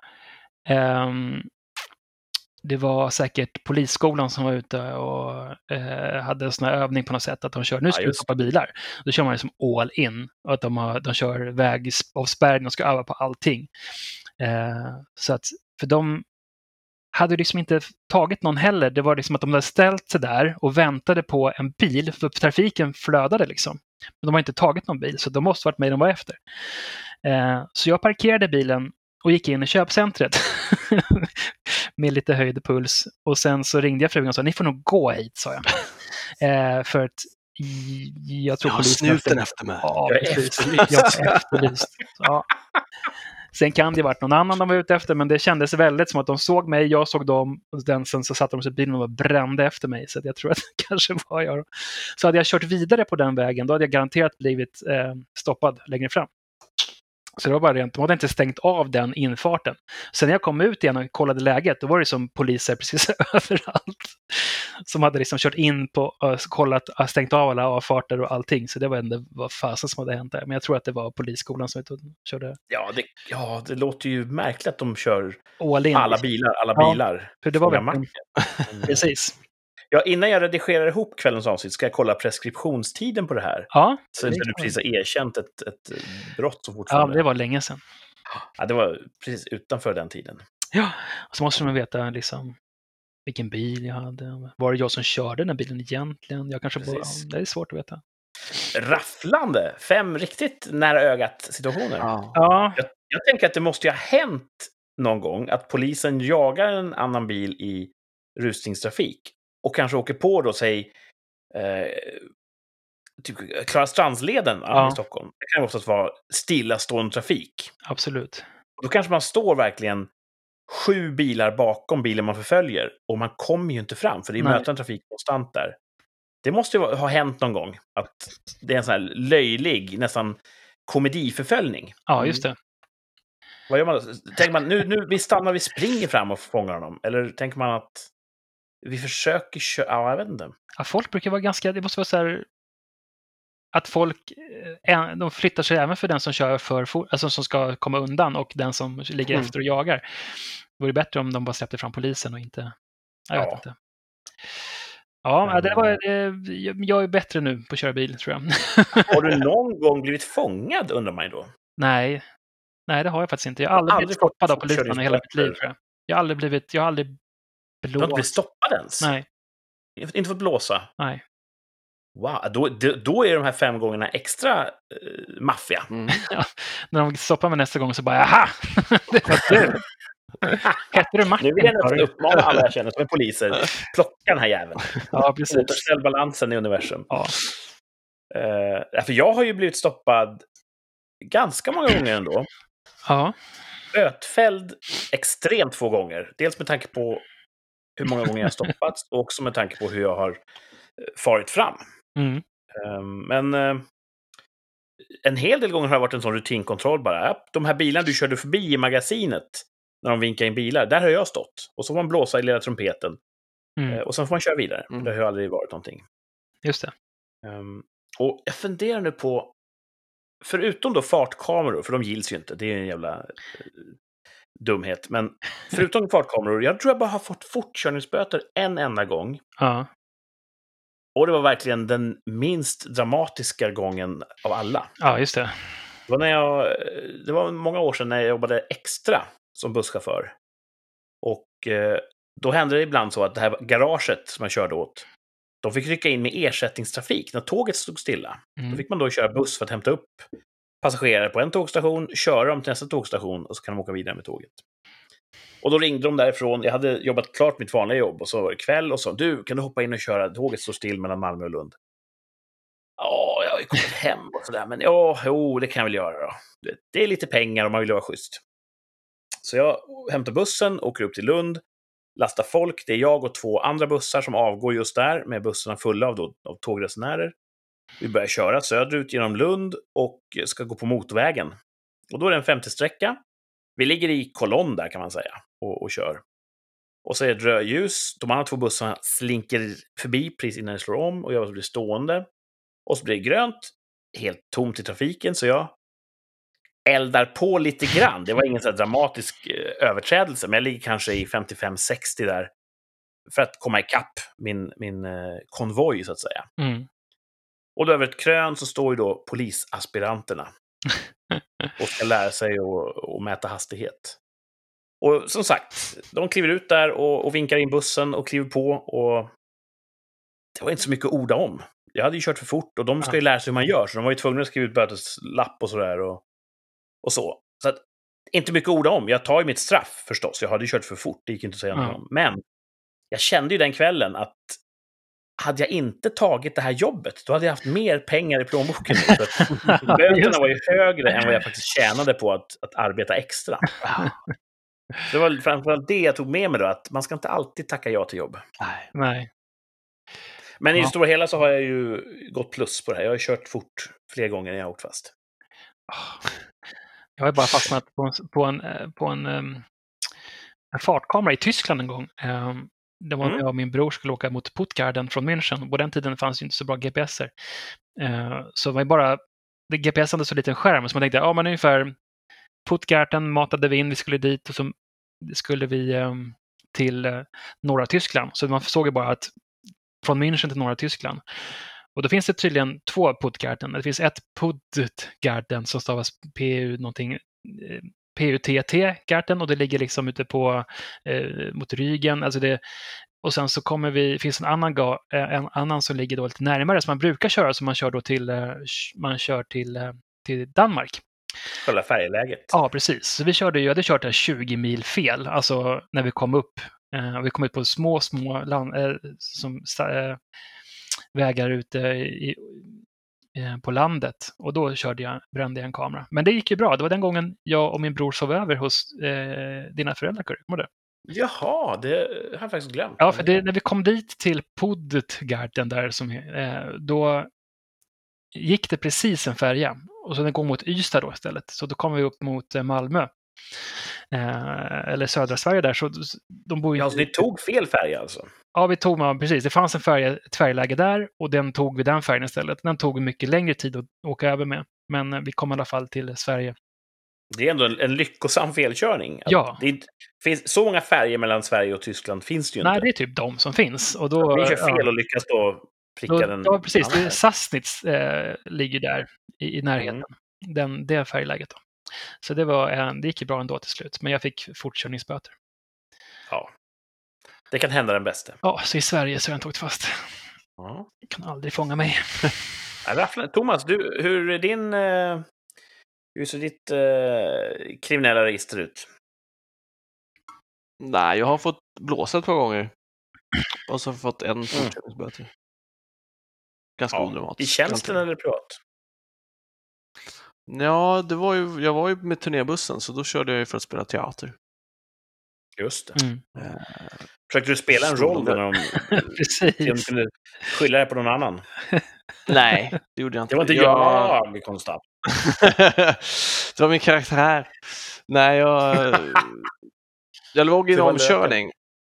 det var säkert polisskolan som var ute och hade en sån här övning på något sätt att de kör, nu ska vi stoppa bilar. Då kör man liksom all in och att de kör vägavspärrning och ska öva på allting. Så att, för de hade liksom inte tagit någon heller. Det var liksom att de hade ställt sig där och väntade på en bil, för trafiken flödade liksom. Men de har inte tagit någon bil, så de måste varit med de var efter. Så jag parkerade bilen och gick in i köpcentret med lite höjd puls. Och sen så ringde jag frugan och sa, ni får nog gå hit, sa jag. För att jag tror polisen... snuten efter mig. Ja, precis. Jag är efterlyst. Ja. Sen kan det varit någon annan de var ute efter, men det kändes väldigt som att de såg mig, jag såg dem, och sen så satte de sig i bilen och var brände efter mig. Så jag tror att det kanske var jag. Så hade jag kört vidare på den vägen, då hade jag garanterat blivit stoppad längre fram. Så det var bara rent, de hade inte stängt av den infarten. Sen när jag kom ut igen och kollade läget, då var det som poliser precis överallt. Som hade liksom kört in på, kollat, stängt av alla avfarter och allting. Så det var ändå vad fasen som hade hänt där. Men jag tror att det var polisskolan som körde. Ja, det låter ju märkligt att de kör all in, alla bilar. För det var verkligen... Precis. Ja, innan jag redigerar ihop kvällens avsnitt ska jag kolla preskriptionstiden på det här. Ja, Så inte du precis har erkänt ett brott så ja, fortfarande. det var länge sedan. Ja, det var precis utanför den tiden. Ja, och så måste man veta liksom vilken bil jag hade. Var det jag som körde den här bilen egentligen? Jag kanske bara, det är svårt att veta. Rafflande! 5 riktigt nära ögat situationer. Ja, Jag tänker att det måste ju ha hänt någon gång att polisen jagar en annan bil i rusningstrafik och kanske åker på då, säg typ Klara Strandsleden i Stockholm. Det kan ju oftast vara stillastående trafik. absolut. Då kanske man står verkligen 7 bilar bakom bilen man förföljer och man kommer ju inte fram för det är mötande trafik konstant där. Det måste ju ha hänt någon gång att det är en sån här löjlig, nästan komediförföljning. Ja, just det. Vad gör man då? Tänker man nu vi stannar, vi springer fram och fångar honom? Eller tänker man att vi försöker köra? Ja, jag vet inte. Ja, folk brukar vara ganska, det måste vara så här att folk de flyttar sig även för den som kör för fort, alltså som ska komma undan och den som ligger efter och jagar. Det vore bättre om de bara släppte fram polisen och inte, jag vet inte. Ja, det var, jag är bättre nu på att köra bil, tror jag. Har du någon gång blivit fångad, undrar man ju då? Nej, det har jag faktiskt inte. Jag har aldrig blivit stoppad av polisen i hela mitt liv, tror jag. Jag har aldrig blåst. Du har inte blivit stoppad ens? Nej. Inte fått blåsa? Nej. Wow, då är de här 5 gångerna extra maffia. Ja, när de stoppar mig nästa gång så bara, aha! Det var du! Heter du Martin? Nu vill jag nästan uppmana alla jag känner som är poliser. Plocka den här jäveln. Ja, precis. Återställ balansen i universum. Ja. För jag har ju blivit stoppad ganska många gånger ändå. Ja. Bötfälld extremt få gånger. Dels med tanke på hur många gånger jag har stoppats och också med tanke på hur jag har farit fram. Men en hel del gånger har det varit en sån rutinkontroll bara. De här bilarna du körde förbi i magasinet när de vinkar in bilar, där har jag stått. Och så får man blåsa i lilla trumpeten. Och sen får man köra vidare. Det har ju aldrig varit någonting. Just det. Och jag funderar nu på, förutom då fartkameror, för de gills ju inte, det är en jävla dumhet. Men förutom fartkameror, jag tror jag bara har fått fortkörningsböter en enda gång. Ja. Och det var verkligen den minst dramatiska gången av alla. Ja, just det. Det var många år sedan när jag jobbade extra som busschaufför. Och då hände det ibland så att det här garaget som jag körde åt, de fick rycka in med ersättningstrafik när tåget stod stilla. Då fick man då köra buss för att hämta upp passagerare på en tågstation, köra dem till nästa tågstation och så kan de åka vidare med tåget. Och då ringde de därifrån. Jag hade jobbat klart mitt vanliga jobb och så var det kväll och så, du, kan du hoppa in och köra? Tåget står still mellan Malmö och Lund. Ja, jag har ju kommit hem och sådär, men det kan jag väl göra då. Det är lite pengar om man vill vara schysst. Så jag hämtar bussen, åker upp till Lund, lastar folk. Det är jag och 2 andra bussar som avgår just där med bussarna fulla av tågresenärer. Vi börjar köra söderut genom Lund och ska gå på motorvägen. Och då är det en 50-sträcka. Vi ligger i kolonn där kan man säga och kör. Och så är det rödljus. De andra 2 bussarna slinker förbi precis innan det slår om och jag blir stående. Och så blir det grönt, helt tomt i trafiken, så jag eldar på lite grann. Det var ingen så här dramatisk överträdelse, men jag ligger kanske i 55-60 där för att komma ikapp min konvoj så att säga. Och då över ett krön så står ju då polisaspiranterna och ska lära sig att mäta hastighet. Och som sagt, de kliver ut där och vinkar in bussen och kliver på och det var inte så mycket att orda om. Jag hade ju kört för fort och de ska ju lära sig hur man gör, så de var ju tvungna att skriva ut böteslapp och sådär och så. Så att, inte mycket att orda om. Jag tar ju mitt straff förstås. Jag hade ju kört för fort, det gick inte att säga något om. Men jag kände ju den kvällen att hade jag inte tagit det här jobbet, då hade jag haft mer pengar i plånboken. Böterna var ju högre än vad jag faktiskt tjänade på att arbeta extra. Det var framförallt det jag tog med mig då, att man ska inte alltid tacka ja till jobb. Nej. Men i det stora hela så har jag ju gått plus på det här. Jag har kört fort fler gånger när jag har åkt fast. Jag har bara fastnat på en fartkamera i Tyskland en gång. Det var när jag och min bror skulle åka mot Puttgarden från München. På den tiden fanns ju inte så bra GPSer. Så var bara GPS hade så liten skärm, så man tänkte, men ungefär Puttgarden matade vi in, vi skulle dit och så skulle vi till norra Tyskland. Så man såg ju bara att från München till norra Tyskland. Och då finns det tydligen 2 Puttgarten. Det finns ett Puttgarten som stavas PUTT-garten och det ligger liksom ute på mot Rügen. Alltså och sen så finns en annan som ligger då lite närmare som man brukar köra, som man kör då till Danmark. Själva färjeläget. Ja, precis. Så jag hade kört där 20 mil fel, alltså när vi kom upp. Vi kom ut på små vägar ute på landet. Och då brände jag en kamera. Men det gick ju bra. Det var den gången jag och min bror sov över hos dina föräldrar, Kurre. Jaha, det har jag faktiskt glömt. Ja, för när vi kom dit till Puttgarten där, då gick det precis en färja. Och så den går mot Ystad då istället. Så då kom vi upp mot Malmö. Eller södra Sverige där. Så de bor ju... Ja, så ni tog fel färja alltså? Ja, vi tog precis. Det fanns ett färjeläge där och den tog vi den färjan istället. Den tog mycket längre tid att åka över med. Men vi kom i alla fall till Sverige. Det är ändå en lyckosam felkörning. Ja. Finns så många färger mellan Sverige och Tyskland finns det ju inte. Nej, det är typ de som finns. Och då, ni kör fel och lyckas då pricka den. Ja, precis. Sassnitz ligger där i närheten. Det färgläget då. Så det gick ju bra ändå till slut. Men jag fick fortkörningsböter. Ja. Det kan hända den bästa. Ja, så i Sverige så har jag inte åkt fast. Ja. Jag kan aldrig fånga mig. Thomas, hur ser ditt kriminella register ut? Nej, jag har fått blåsa ett par gånger. Och så har jag fått en fortkörningsböter. Ganska odramatiskt. I tjänsten eller privat? Ja, jag var ju med turnébussen, så då körde jag ju för att spela teater. Just det. Försökte du spela en roll där de kunde skylla det på någon annan? Nej, det gjorde jag inte. Det var inte jag, konstant. Det var min karaktär. Nej, jag låg i en omkörning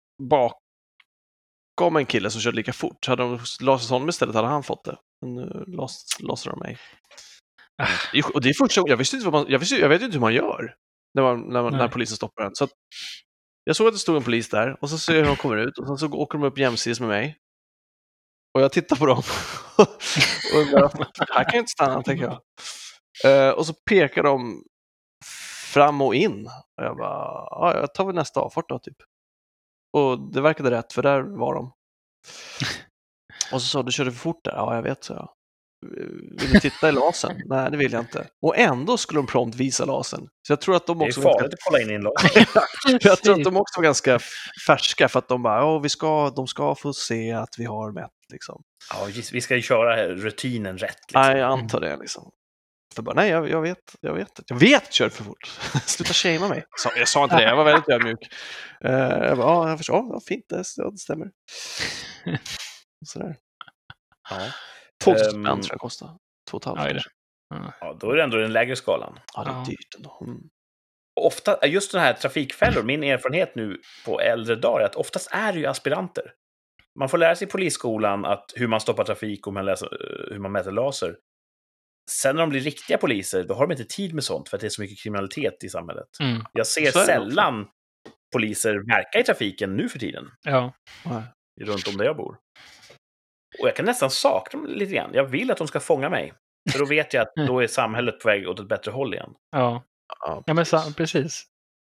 bakom en kille som körde lika fort. Hade de låst honom istället hade han fått det. Men nu låste de mig. Och det är första gången. Jag vet inte hur man gör när polisen stoppar en. Så jag såg att det stod en polis där och så ser jag hur de kommer ut och så åker de upp jämsides med mig. Och jag tittar på dem och undrar, här kan jag inte stanna, tänker jag. Och så pekar de fram och in. Och jag bara, jag tar väl nästa avfart då, typ. Och det verkade rätt, för där var de. Och så sa du körde för fort där. Ja, jag vet, så jag. Vill du titta i lasen? Nej, det vill jag inte. Och ändå skulle de prompt visa lasen. Så jag tror att de också... Det är farligt att kolla in i en lasen. Jag tror att de också var ganska färska, för att de bara, de ska få se att vi har mätt, liksom. Ja, vi ska ju köra rutinen rätt. Liksom. Nej, jag antar det, liksom. Jag bara, nej, jag vet, kör för fort. Sluta shamea mig. Jag sa inte det, jag var väldigt ödmjuk. Jag bara, jag förstår, ja, fint, det stämmer. Sådär. Ja. 2000 spänn tror jag kostar. 2,5. Ja, då är det ändå den lägre skalan. Ja, det är dyrt ändå. Ofta, just den här trafikfällor, min erfarenhet nu på äldre dagar är att oftast är det ju aspiranter. Man får lära sig i polisskolan hur man stoppar trafik och hur man mäter laser. Sen när de blir riktiga poliser, då har de inte tid med sånt för att det är så mycket kriminalitet i samhället. Jag ser sällan poliser verka i trafiken nu för tiden. Ja. Runt om där jag bor. Och jag kan nästan sakna dem lite grann. Jag vill att de ska fånga mig. För då vet jag att då är samhället på väg åt ett bättre håll igen. Ja, men precis.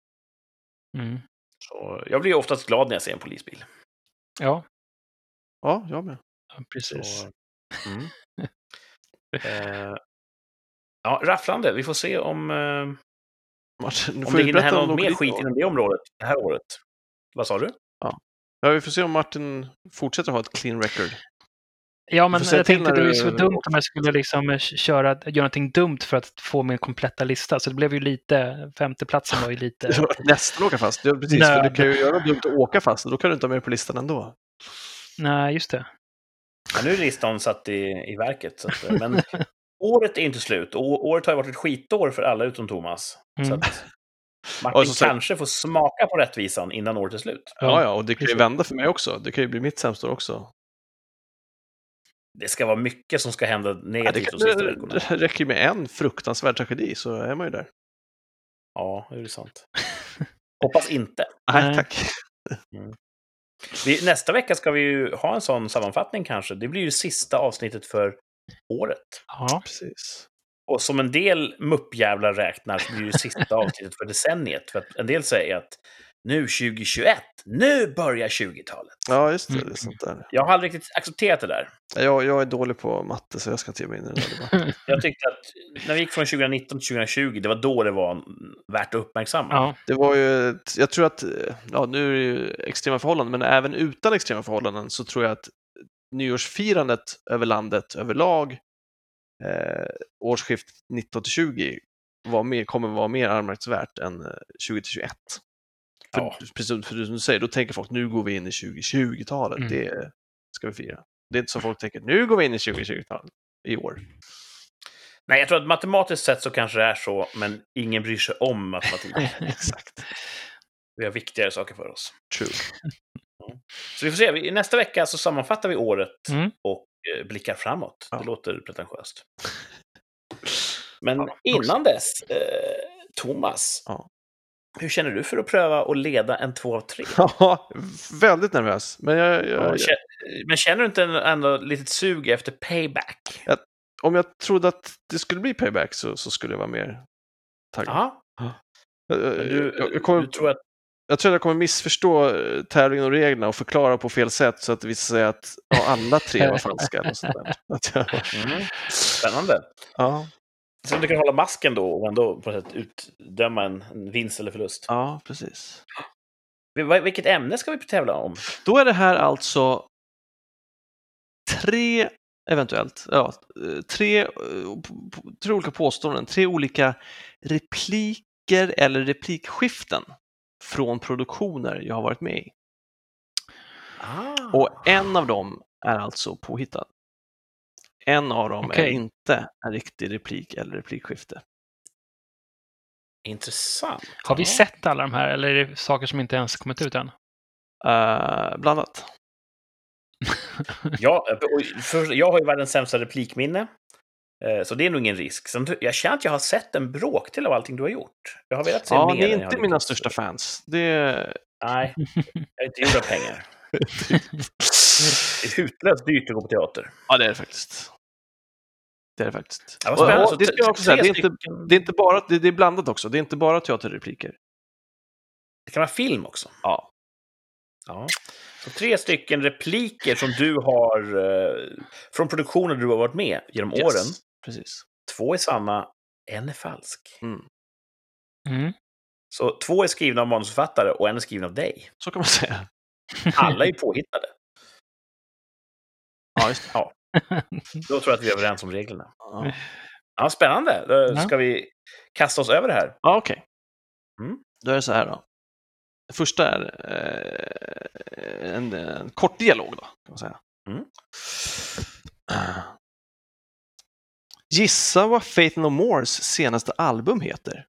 Så jag blir oftast glad när jag ser en polisbil. Ja. Ja, jag med. Ja, precis. Så, rafflande. Vi får se om det hinner hända något mer skit inom det området det här året. Vad sa du? Ja, vi får se om Martin fortsätter ha ett clean record. Ja, men jag tänkte det är så dumt om jag skulle liksom göra någonting dumt för att få min kompletta lista. Så det blev ju lite, 5:e platsen var ju lite... Nästan åka fast. Precis, för du kan ju göra dumt att åka fast och då kan du inte ha med på listan ändå. Nej, just det. Ja, nu är listan satt i verket. Så att, men året är inte slut. Året har ju varit ett skitår för alla utom Thomas. Så att Martin kanske får smaka på rättvisan innan året är slut. Ja, och det kan ju vända för mig också. Det kan ju bli mitt sämsta år också. Det ska vara mycket som ska hända negativt. Det räcker med en fruktansvärd tragedi så är man ju där. Ja, det är sant. Hoppas inte. Nej, tack. Nästa vecka ska vi ju ha en sån sammanfattning kanske. Det blir ju sista avsnittet för året. Ja. Precis. Och som en del muppjävlar räknar så blir det ju sista avsnittet för decenniet. För att en del säger att nu 2021, nu börjar 20-talet. Ja, just det. Det är sånt där. Jag har aldrig riktigt accepterat det där. Jag är dålig på matte, så jag ska inte ge mig in i den här debatten. Jag tyckte att när vi gick från 2019 till 2020, det var då det var värt att uppmärksamma. Ja. Det var ju, jag tror att, ja, nu är det ju extrema förhållanden, men även utan extrema förhållanden så tror jag att nyårsfirandet över landet överlag, årsskift 19-20, kommer vara mer anmärkningsvärt än 20-21. Ja. Precis som du säger, då tänker folk nu går vi in i 2020-talet, Mm. det ska vi fira. Det är inte så folk tänker, nu går vi in i 2020-talet i år. Nej, jag tror att matematiskt sett så kanske det är så, men ingen bryr sig om matematik. Exakt. Vi har viktigare saker för oss. True. Så vi får se, nästa vecka så sammanfattar vi året Mm. och blickar framåt. Ja. Det låter pretentiöst. Men Ja, innan dess, Thomas, Ja. hur känner du för att pröva att leda en 2 av 3? Ja, väldigt nervös. Men Men känner du inte ändå litet sug efter payback? om jag trodde att det skulle bli payback så skulle jag vara mer taggad. Ja. Jag tror att... Jag tror att jag kommer missförstå tävlingen och reglerna och förklara på fel sätt så att det visar sig att alla 3 var falska. Eller sånt där. Spännande. Ja. Så du kan hålla masken då och ändå på något sätt utdöma en vinst eller förlust. Ja, precis. Vilket ämne ska vi tävla om? Då är det här alltså 3 olika påståenden, 3 olika repliker eller replikskiften från produktioner jag har varit med i. Och en av dem är alltså påhittad. En av dem är inte en riktig replik eller replikskifte. Intressant. Har vi sett alla de här, eller är det saker som inte ens kommit ut än? Blandat. Ja, jag har ju världens sämsta replikminne. Så det är nog ingen risk. Jag känner att jag har sett en bråkdel av allting du har gjort. Jag har velat se mer. Ni är inte mina största fans. Nej, jag är inte gjord av pengar. Det är hutlöst dyrt att gå på teater. Ja, det är det faktiskt. Det är det faktiskt. Ja, vad spännande. Det ska jag också säga. Det är inte bara, det är blandat också. Det är inte bara teaterrepliker. Det kan vara film också. Ja. Så 3 stycken repliker som du har från produktioner du har varit med genom åren. Precis. 2 är sanna, 1 är falsk. Mm. Så 2 är skrivna av manusförfattare och 1 är skriven av dig. Så kan man säga. Alla är påhittade. Ja, just det. Ja. Då tror jag att vi är överens om reglerna. Ja. Ja, spännande. Då ska vi kasta oss över det här. Ja, okej. Mm. Då är det så här då. Det första är en kort dialog då, kan man säga. Gissa vad Faith No Mores senaste album heter.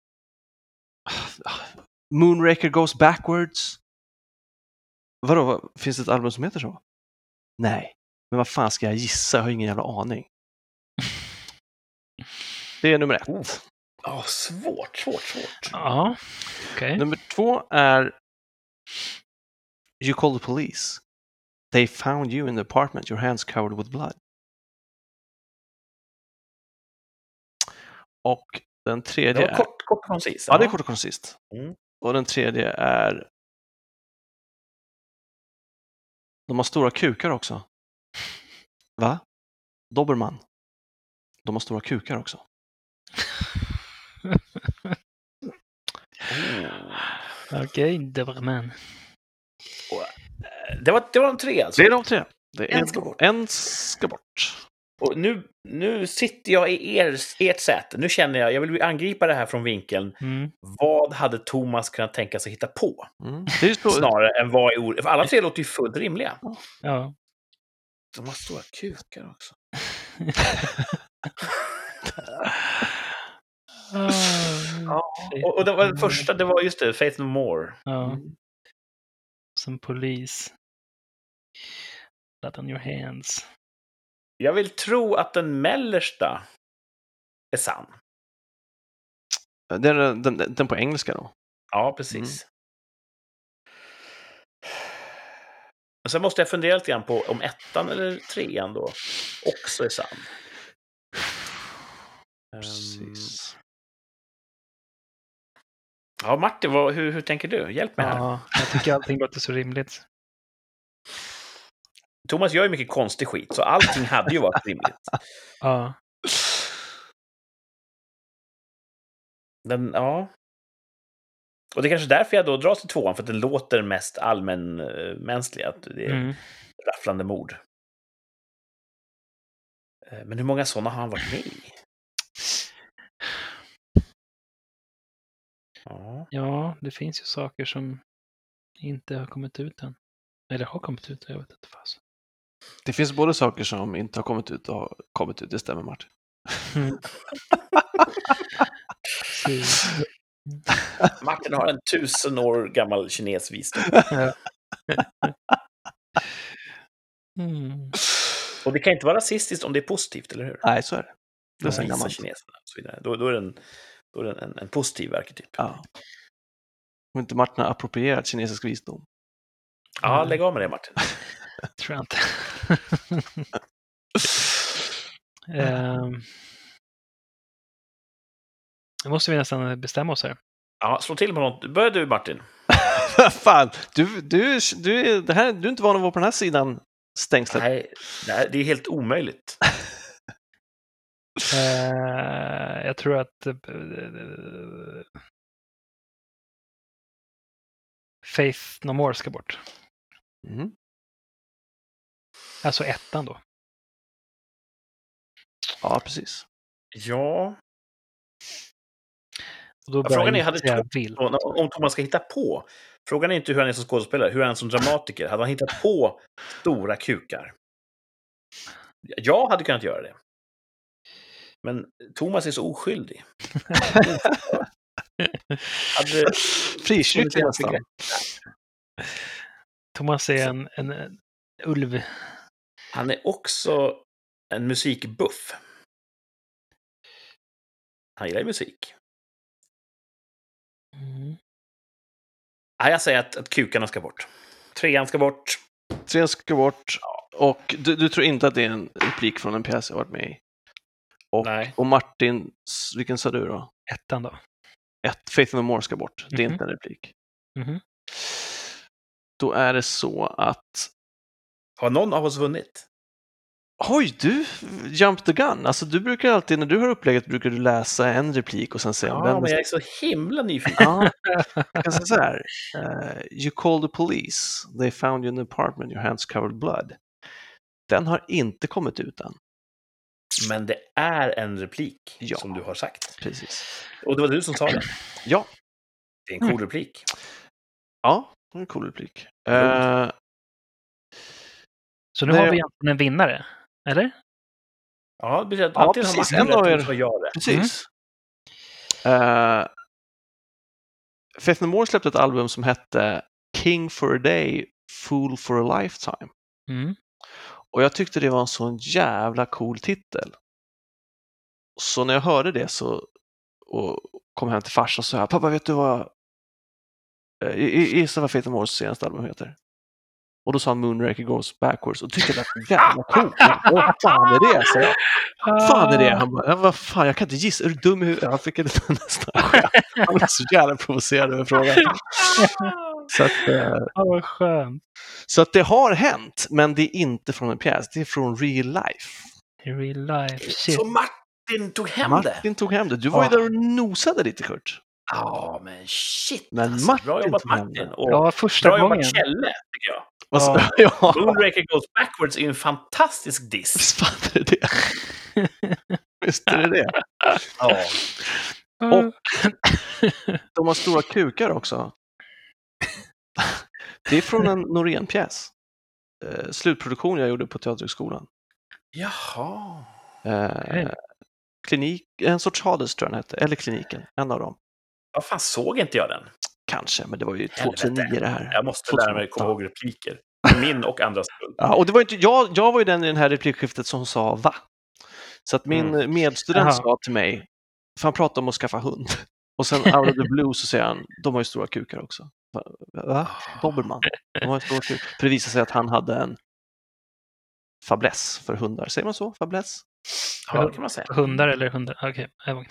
Moonraker Goes Backwards. Vadå, finns det ett album som heter så? Nej, men vad fan ska jag gissa? Jag har ingen jävla aning. Det är nummer 1. Svårt. Ja, okej. Nummer 2 är You call the police. They found you in the apartment, your hands covered with blood. Och den tredje det var kort och koncist. Ja, det är kort och koncist. Mm. Och den tredje är de har stora kukar också. Va? Dobermann. De har stora kukar också. Okej, Dobermann. Det var de 3 alltså? Det är de 3. En ska bort. Och nu sitter jag i ert säte. Nu känner jag vill angripa det här från vinkeln. Vad hade Thomas kunnat tänka sig hitta på? Det är så... Snarare än vad är för alla 3 låter ju fullt rimliga. Ja. De har stora kukar också. Och det var den första, det var just det, Faith No More. Ja. Som polis. Blood on your hands. Jag vill tro att den mellersta är sann. Den på engelska då? Ja, precis. Och sen måste jag fundera lite grann på om 1:an eller 3:an då också är sann. Precis. Ja, Martin, hur tänker du? Hjälp mig här. Ja, jag tycker allting låter så rimligt. Thomas gör ju mycket konstig skit, så allting hade ju varit rimligt. Ja. Men, ja. Och det är kanske därför jag då dras till 2:an, för att den låter mest allmänmänsklig. Att det är rafflande mord. Men hur många sådana har han varit med i? Ja, det finns ju saker som inte har kommit ut än. Eller har kommit ut, jag vet inte fast. Det finns både saker som inte har kommit ut och har kommit ut, det stämmer Martin. Martin har en 1000 år gammal kinesvisdom. Och det kan inte vara rasistiskt om det är positivt, eller hur? Nej, så är det. Det är så visar gammalt. kineserna och så vidare. Då är det en positiv arketyp. Ja. Och inte Martin har approprierat kinesisk visdom. Ja, lägg av med det, Martin. Tror jag inte. Nu måste vi nästan bestämma oss här. Ja, slå till med något. Börjar du, Martin? Fan, du är inte van att vara på den här sidan stängslet. Nej, det är helt omöjligt. Jag tror att Faith No More ska bort. Mm. Alltså 1:an då. Ja, precis. Ja. Och då Frågan är, om Thomas ska hitta på. Frågan är inte hur han är som skådespelare, hur han är som dramatiker. Hade han hittat på stora kukar? Jag hade kunnat göra det. Men Thomas är så oskyldig. Frikyrklig nästan. Thomas är en ulv. Han är också en musikbuff. Han gillar musik. Jag säger att kukarna ska bort. 3:an ska bort. 3:an ska bort. Och du tror inte att det är en replik från en pjäs jag varit med i? Nej. Och Martin, vilken sa du då? 1:an då. Faith No More ska bort. Det är inte en replik. Då är det så att... Har någon av oss vunnit? Oj, du jump the gun. Alltså du brukar alltid, när du har upplägget, brukar du läsa en replik och sen säga om den. Men jag är så himla nyfiken. Ja, jag kan säga så här. You called the police. They found you in the apartment. Your hands covered blood. Den har inte kommit ut än. Men det är en replik som du har sagt. Precis. Och det var du som sa det? Ja. Det är en cool replik. Ja, det är en cool replik. Så nu har vi egentligen en vinnare, eller? Ja, antingen precis. Har Martin rätt eller jag rätt. Precis. Faith No More släppte ett album som hette King for a Day, Fool for a Lifetime. Och jag tyckte det var en sån jävla cool titel. Så när jag hörde det och kom hem till farsan så sa jag, pappa, vet du vad gissa vad Faith No Mores senaste album heter? Och då sa han Moonraker Goes Backwards och tyckte det var så jävla coolt. Vad fan är det? Så vad fan är det? Han bara, vad fan, jag kan inte gissa. Är du dum i huvudet? Han fick nästan skämt. Han var så jävla provocerad över frågan. Så att, vad skönt. Så att det har hänt, men det är inte från en pjäs. Det är från real life. Real life, shit. Så Martin tog hem det? Martin tog hem det. Du var ju där och nosade lite, Kurt. Ja, men shit. Men alltså. Martin bra jobbat, Martin. Och första bra gången. Jobbat, Kjelle, tycker jag. Ja. Moonraker Goes Backwards är ju en fantastisk diss. Visst fan är det. Visst är det. Ja. Och de har stora kukar också. Det är från en Norén-pjäs. Slutproduktion jag gjorde på Teaterhögskolan. Jaha. En sorts Hades tror jag den hette. Eller Kliniken, en av dem. Vad fan, såg inte jag den? Kanske, men det var ju 2009 det här. Jag måste lära mig komma ihåg repliker. Min och andras skull. Ja, och det var inte, jag var ju den i det här replikskiftet som sa va? Så att min medstudent sa till mig, för han pratade om att skaffa hund. Och sen out of the blue så säger han, de har ju stora kukar också. Va? Dobermann. De har stort, för det visade sig att han hade en fäbless för hundar. Säger man så? Fäbless? Ja, det kan man säga. Hundar eller hundar? Okej.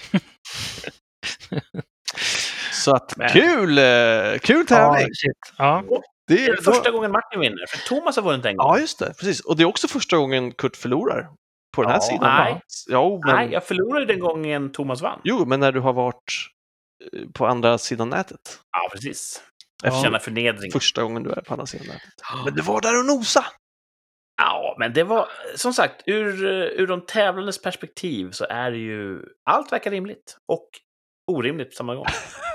Så att kul tävling! Shit. Ja. Det är det första gången Martin vinner, för Thomas har vunnit en gång. Ja, just det. Precis. Och det är också första gången Kurt förlorar på den här sidan. Nej. Jo, men... Nej, jag förlorade den gången Thomas vann. Jo, men när du har varit på andra sidan nätet. Ja, precis. Ja. Jag känner förnedring. Första gången du är på andra sidan nätet. Men du var där och nosa! Ja, men det var, som sagt, ur de tävlandes perspektiv så är det ju, allt verkar rimligt och orimligt på samma gång.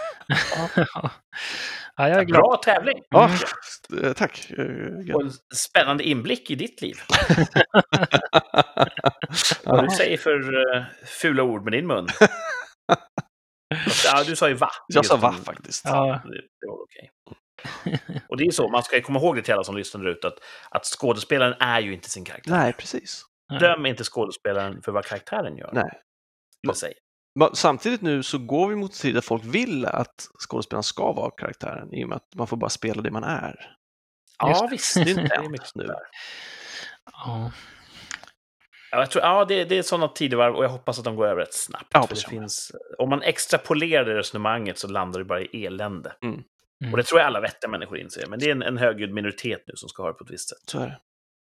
Ja, jag är glad. Bra tävling! Ja, tack. Och en spännande inblick i ditt liv. Vad du säger för fula ord med din mun. Ja, du sa ju va. Jag sa va faktiskt. Ja, det var okej. Och det är så, man ska ju komma ihåg det till alla som lyssnar ut, att skådespelaren är ju inte sin karaktär. Nej, precis. Döm inte skådespelaren för vad karaktären gör. Nej. Säg. Samtidigt nu så går vi mot tid där folk vill att skådespelaren ska vara karaktären, i och med att man får bara spela det man är. Ja, visst. Det är mycket nu. Ja. Ja, jag tror, det är sådana tidevarv och jag hoppas att de går över rätt snabbt. Ja, för det finns, om man extrapolerar det resonemanget så landar det bara i elände. Mm. Och det tror jag alla vettiga människor inser. Men det är en högljudd minoritet nu som ska ha det på ett visst sätt. Så är det.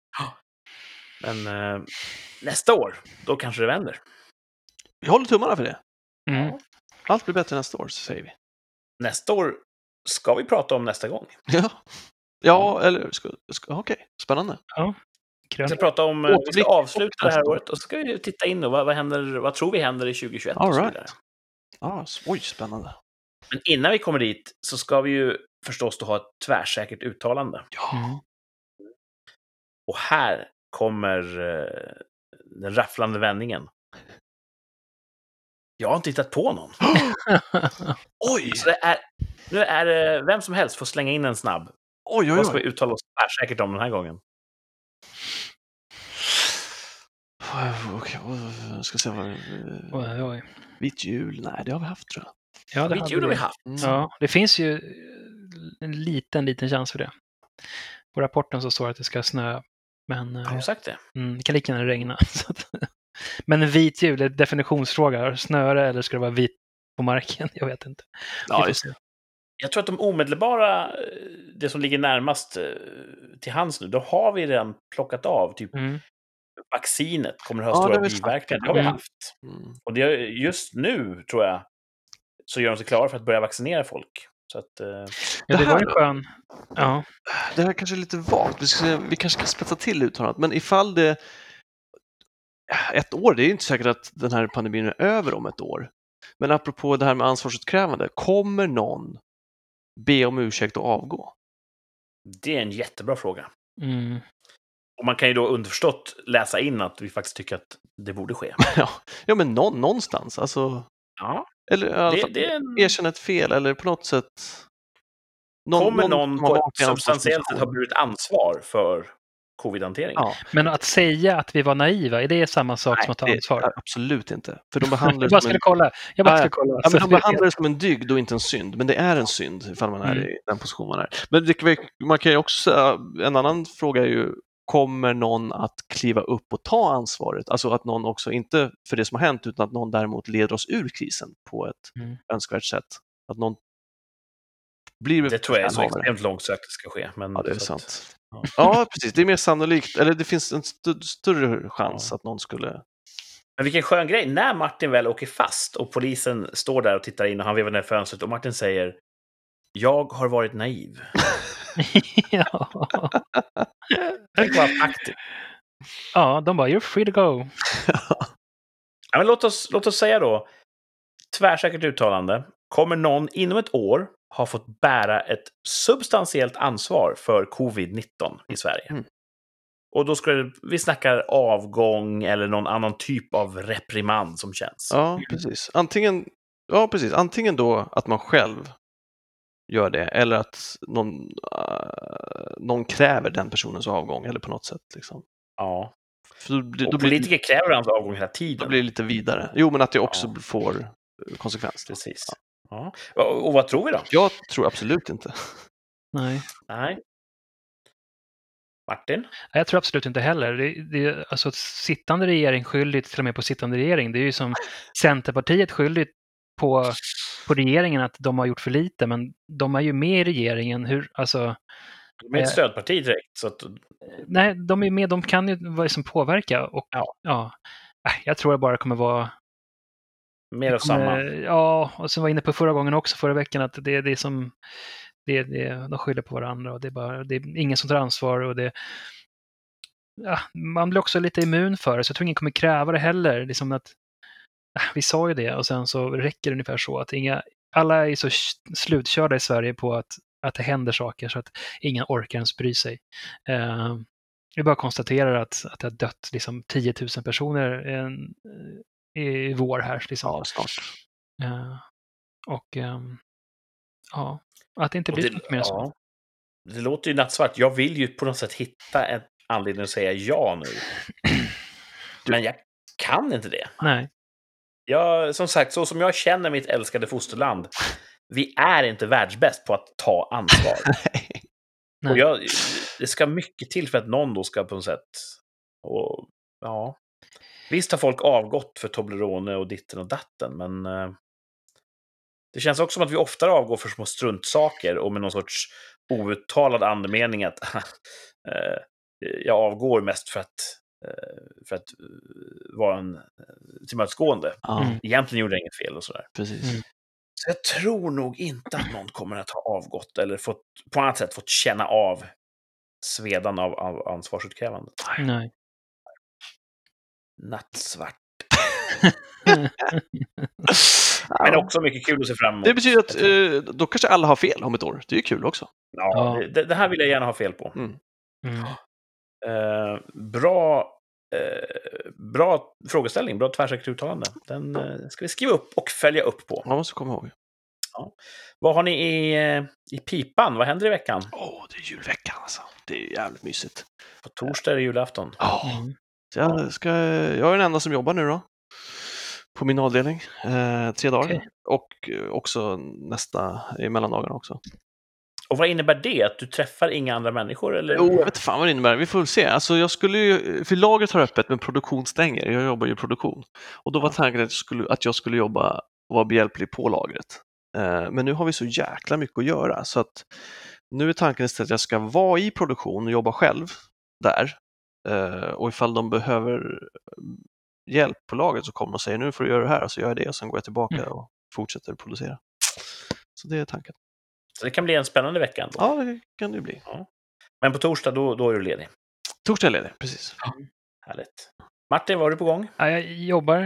Men nästa år, då kanske det vänder. Vi håller tummarna för det. Mm. Allt blir bättre nästa år, så säger vi. Nästa år ska vi prata om nästa gång. Ja, eller okej. Spännande. Ja. Vi ska prata om, vi ska avsluta det här året och så ska vi titta in och vad tror vi händer i 2021 och så vidare. Oj, spännande. Men innan vi kommer dit så ska vi ju förstås då ha ett tvärsäkert uttalande. Ja. Och här kommer den rafflande vändningen. Jag har inte hittat på någon. Oj! Så nu är det vem som helst får slänga in en snabb. Oj. Vad ska vi uttala oss tvärsäkert om den här gången? Okej, ska se vad... Oj. Vit jul, nej det har vi haft tror jag. Ja, det Vit jul har vi haft. Ja, det finns ju en liten chans för det. På rapporten så står det att det ska snö. Men Har du sagt det? Det kan lika gärna regna. Men en vit jul är en definitionsfråga. Snöar det eller ska det vara vit på marken? Jag vet inte. Ja, jag tror att de omedelbara, det som ligger närmast till hands nu, då har vi redan plockat av. Typ vaccinet kommer att ha stora biverkningar. Det har vi haft. Och det, just nu, tror jag, så gör de sig klara för att börja vaccinera folk. Så att, det var ju skön. Ja. Det här kanske är lite vagt. Vi kanske ska spetsa till uttalandet. Men ifall det... Ett år, det är inte säkert att den här pandemin är över om ett år. Men apropå det här med ansvarsutkrävande, kommer någon be om ursäkt och avgå? Det är en jättebra fråga. Mm. Och man kan ju då underförstått läsa in att vi faktiskt tycker att det borde ske. Ja, men någonstans. Alltså, ja. Eller i alla fall, erkänna ett fel, eller på något sätt... Kommer någon på ett substantiellt sätt ha blivit ansvar för covid-hanteringen? Ja. Men att säga att vi var naiva, är det samma sak som att ta ansvar? Nej, absolut inte. För de behandlar jag bara skulle kolla. Ja, men de behandlar det som en dygd och inte en synd. Men det är en synd ifall man är i den position man är. Men man kan ju också säga, en annan fråga är ju, kommer någon att kliva upp och ta ansvaret? Alltså att någon också, inte för det som har hänt, utan att någon däremot leder oss ur krisen på ett önskvärt sätt. Att någon blir... Det tror jag är så extremt långsökt det ska ske. Men ja, det är sant. Ja, precis. Det är mer sannolikt, eller det finns en större chans att någon skulle... Men vilken skön grej. När Martin väl åker fast och polisen står där och tittar in och han vevar ner fönstret och Martin säger: jag har varit naiv. Ja. Tänk vad aktivt. Ja, de bara, you're free to go. Ja, men låt oss säga då, tvärsäkert uttalande. Kommer någon inom ett år ha fått bära ett substantiellt ansvar för covid-19 i Sverige? Och då skulle vi snackar avgång eller någon annan typ av reprimand som känns. Ja, precis. Antingen då att man själv gör det, eller att någon kräver den personens avgång, eller på något sätt liksom. Ja. Då politiker kräver hans avgång hela tiden. Då blir det lite vidare. Jo, men att det också får konsekvens. Precis. Ja. Och vad tror vi då? Jag tror absolut inte. Nej. Martin? Jag tror absolut inte heller. Alltså sittande regering skyller till och med på sittande regering. Det är ju som Centerpartiet skyller på regeringen att de har gjort för lite, men de är ju med i regeringen. De är ett stödparti direkt. Så att... Nej, de är med, de kan ju liksom påverka. Och, jag tror det bara kommer vara... Mer av samma. Ja, och så var jag inne på förra veckan, att det är som... de skyller på varandra och det är ingen som tar ansvar. Och man blir också lite immun för det, så jag tror ingen kommer kräva det heller. Liksom att, vi sa ju det, och sen så räcker det ungefär så att alla är så slutkörda i Sverige på att det händer saker så att ingen orkar ens bry sig. Vi bara konstaterar att det har dött liksom 10 000 personer i vår här. Liksom. Ja, snart. Att det inte blir mycket mer så. Det låter ju nattsvart. Jag vill ju på något sätt hitta en anledning att säga ja nu. Men jag kan inte det. Nej. Som sagt, så som jag känner mitt älskade fosterland, vi är inte världsbäst på att ta ansvar. Nej. Och det ska mycket till för att någon då ska på något sätt... Och, ja. Visst har folk avgått för Toblerone och ditten och datten, men... Det känns också som att vi oftare avgår för små struntsaker och med någon sorts outtalad andemening att jag avgår mest för att vara en tillmötesgående. Egentligen gjorde jag inget fel och sådär. Precis. Så jag tror nog inte att någon kommer att ha avgått eller på annat sätt fått känna av svedan av ansvarsutkrävandet. Nej. Nattsvart. Men också mycket kul att se fram emot. Det betyder att då kanske alla har fel om ett år. Det är ju kul också. Ja. Det här vill jag gärna ha fel på. Bra frågeställning, bra tvärsäkert uttalande. Den ska vi skriva upp och följa upp på. Man måste komma ihåg. Ja. Vad har ni i pipan? Vad händer i veckan? Det är julveckan alltså. Det är jävligt mysigt. På torsdag är det julafton. Så jag är den enda som jobbar nu då. På min avdelning. 3 dagar. Okay. Och också nästa i mellandagarna också. Och vad innebär det? Att du träffar inga andra människor? Eller? Jag vet inte fan vad det innebär. Vi får väl se. Alltså jag skulle ju, för lagret har öppet men produktion stänger. Jag jobbar ju i produktion. Och då var tanken att jag skulle jobba och vara behjälplig på lagret. Men nu har vi så jäkla mycket att göra. Så att nu är tanken istället att jag ska vara i produktion och jobba själv där. Och ifall de behöver hjälp på lagret så kommer de och säger nu får du göra det här. Och så gör jag det och sen går jag tillbaka och fortsätter producera. Så det är tanken. Så det kan bli en spännande vecka ändå. Ja, det kan det bli. Ja. Men på torsdag, då är du ledig? Torsdag är ledig, precis. Ja. Härligt. Martin, vad har du på gång? Ja, jag jobbar.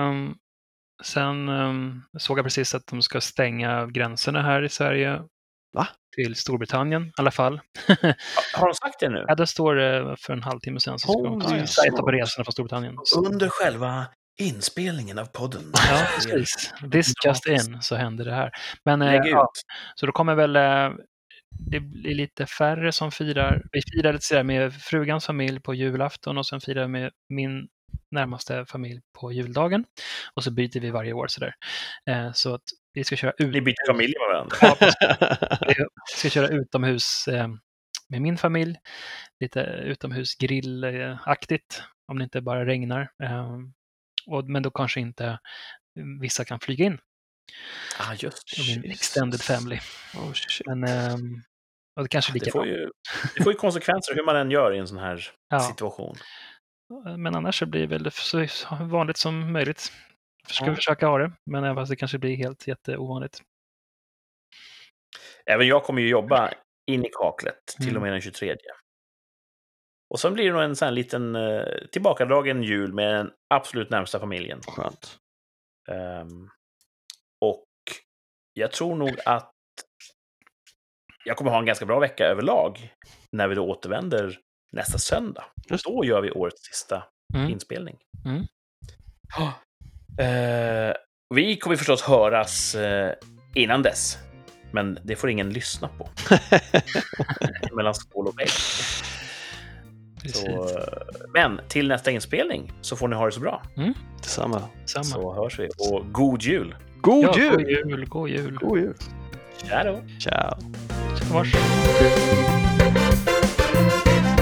Sen såg jag precis att de ska stänga gränserna här i Sverige. Va? Till Storbritannien i alla fall. Har de sagt det nu? Ja, det står det för en halvtimme sedan. Så ska de sätta på resorna från Storbritannien. Under själva inspelningen av podden. Ja, precis. This just in, så händer det här. Men så då kommer väl det blir lite färre som firar. Vi firade så där med frugans familj på julafton och sen firar med min närmaste familj på juldagen. Och så byter vi varje år så där. Så att vi ska köra ut. Ni byter familj med varandra? Ja, vi ska köra utomhus med min familj. Lite utomhusgrillaktigt om det inte bara regnar. Men då kanske inte vissa kan flyga in. Just min extended family. Men och det kanske det får ju konsekvenser hur man än gör i en sån här situation. Men annars så blir det väl så vanligt som möjligt. Ska försöka ha det, men även fast det kanske blir helt jätteovanligt. Även jag kommer ju jobba in i kaklet till och med den 23. Och sen blir det nog en sån här liten tillbakadragen jul med den absolut närmsta familjen. Skönt. Och jag tror nog att jag kommer ha en ganska bra vecka överlag när vi då återvänder nästa söndag. Just då gör vi årets sista inspelning. Vi kommer förstås höras innan dess. Men det får ingen lyssna på. Mellan skål och vägg. Precis. Så, men till nästa inspelning så får ni ha det så bra. Detsamma. Samma. Så hörs vi. Och god jul! God Ja, jul! god jul! God jul! God jul! Tja då! Ciao! Vars.